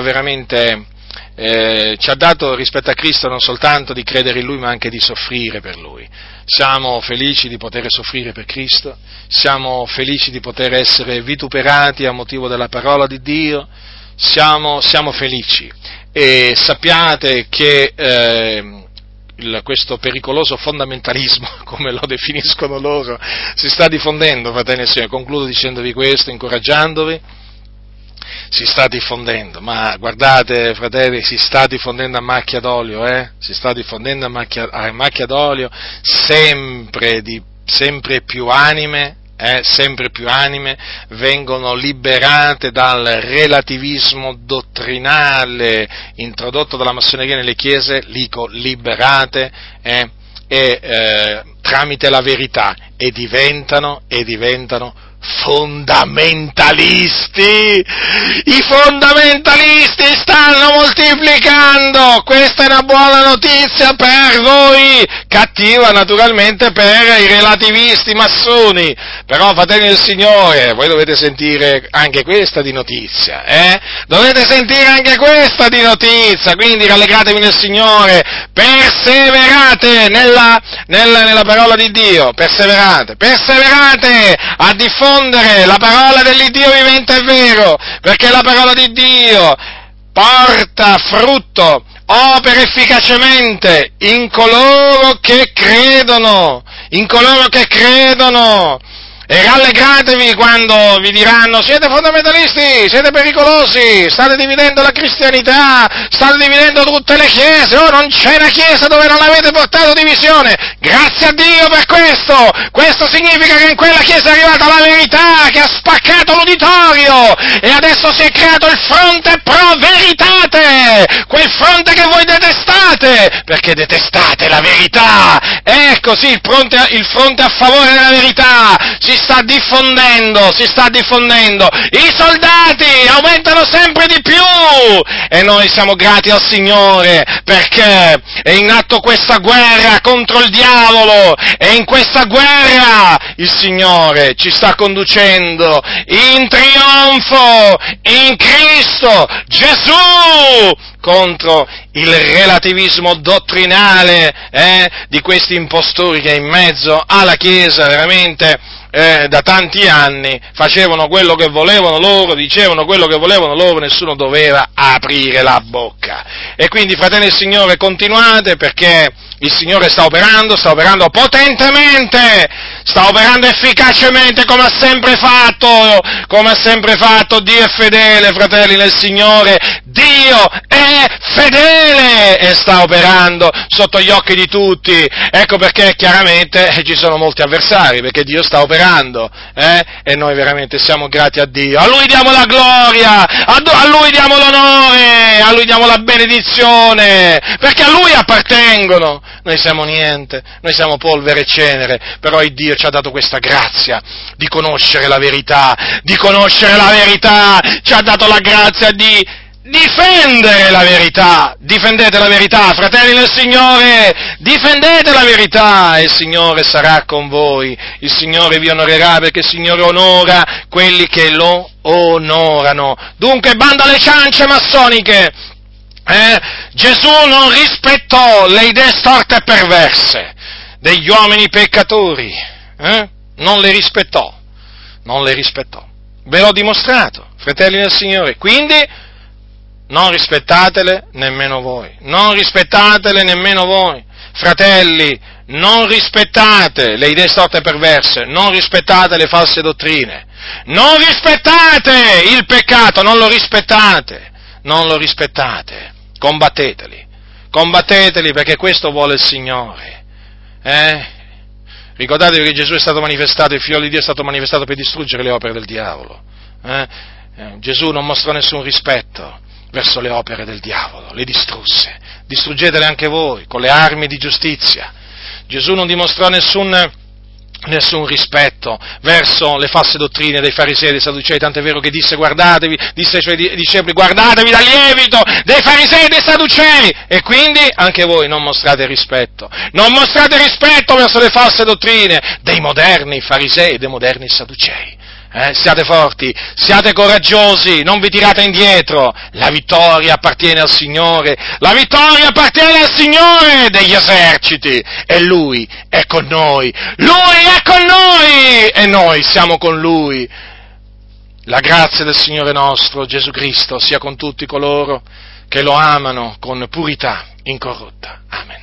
dato rispetto a Cristo non soltanto di credere in Lui ma anche di soffrire per Lui. Siamo felici di poter soffrire per Cristo, siamo felici di poter essere vituperati a motivo della parola di Dio, siamo felici e sappiate che questo pericoloso fondamentalismo, come lo definiscono loro, si sta diffondendo, fratelli e signori. Concludo dicendovi questo, incoraggiandovi. Si sta diffondendo, ma guardate, fratelli, si sta diffondendo a macchia d'olio, si sta diffondendo a macchia d'olio, sempre più anime vengono liberate dal relativismo dottrinale introdotto dalla massoneria nelle chiese, liberate tramite la verità e diventano fondamentalisti. I fondamentalisti stanno moltiplicando, questa è una buona notizia per voi, cattiva naturalmente per i relativisti massoni, però fratelli del Signore, voi dovete sentire anche questa di notizia, dovete sentire anche questa di notizia, quindi rallegratevi nel Signore, perseverate nella parola di Dio, perseverate a diffondere la parola dell'Iddio vivente e vero, perché la parola di Dio porta frutto, opera efficacemente in coloro che credono, e rallegratevi quando vi diranno siete fondamentalisti, siete pericolosi, state dividendo la cristianità, state dividendo tutte le chiese, non c'è una chiesa dove non avete portato divisione, grazie a Dio per questo significa che in quella chiesa è arrivata la verità che ha spaccato l'uditorio e adesso si è creato il fronte pro veritate, quel fronte che voi detestate, perché detestate la verità, ecco sì, il fronte a favore della verità si sta diffondendo, i soldati aumentano sempre di più e noi siamo grati al Signore perché è in atto questa guerra contro il diavolo e in questa guerra il Signore ci sta conducendo in trionfo in Cristo Gesù contro il relativismo dottrinale di questi impostori che in mezzo alla Chiesa veramente da tanti anni facevano quello che volevano loro, dicevano quello che volevano loro, nessuno doveva aprire la bocca. E quindi, fratelli del Signore, continuate perché il Signore sta operando potentemente, sta operando efficacemente come ha sempre fatto, Dio è fedele, fratelli nel Signore, Dio è fedele e sta operando sotto gli occhi di tutti, ecco perché chiaramente ci sono molti avversari, perché Dio sta operando, e noi veramente siamo grati a Dio, a Lui diamo la gloria, a Lui diamo l'onore, a Lui diamo la benedizione, perché a Lui appartengono. Noi siamo niente, noi siamo polvere e cenere, però il Dio ci ha dato questa grazia di conoscere la verità, ci ha dato la grazia di difendere la verità, difendete la verità, fratelli del Signore, difendete la verità e il Signore sarà con voi, il Signore vi onorerà perché il Signore onora quelli che lo onorano. Dunque bando alle ciance massoniche. Gesù non rispettò le idee storte e perverse degli uomini peccatori, non le rispettò, ve l'ho dimostrato, fratelli del Signore, quindi non rispettatele nemmeno voi, fratelli, non rispettate le idee storte e perverse, non rispettate le false dottrine, Non rispettate il peccato, non lo rispettate, combatteteli perché questo vuole il Signore. Ricordatevi che Gesù è stato manifestato, il Figlio di Dio è stato manifestato per distruggere le opere del diavolo. Gesù non mostrò nessun rispetto verso le opere del diavolo, le distrusse. Distruggetele anche voi con le armi di giustizia. Gesù non dimostrò nessun rispetto verso le false dottrine dei farisei e dei sadducei, tant'è vero che disse ai suoi discepoli, guardatevi dal lievito dei farisei e dei sadducei, e quindi anche voi non mostrate rispetto verso le false dottrine dei moderni farisei e dei moderni sadducei. Siate forti, siate coraggiosi, non vi tirate indietro, la vittoria appartiene al Signore degli eserciti, e Lui è con noi, e noi siamo con Lui. La grazia del Signore nostro Gesù Cristo sia con tutti coloro che lo amano con purità incorrotta. Amen.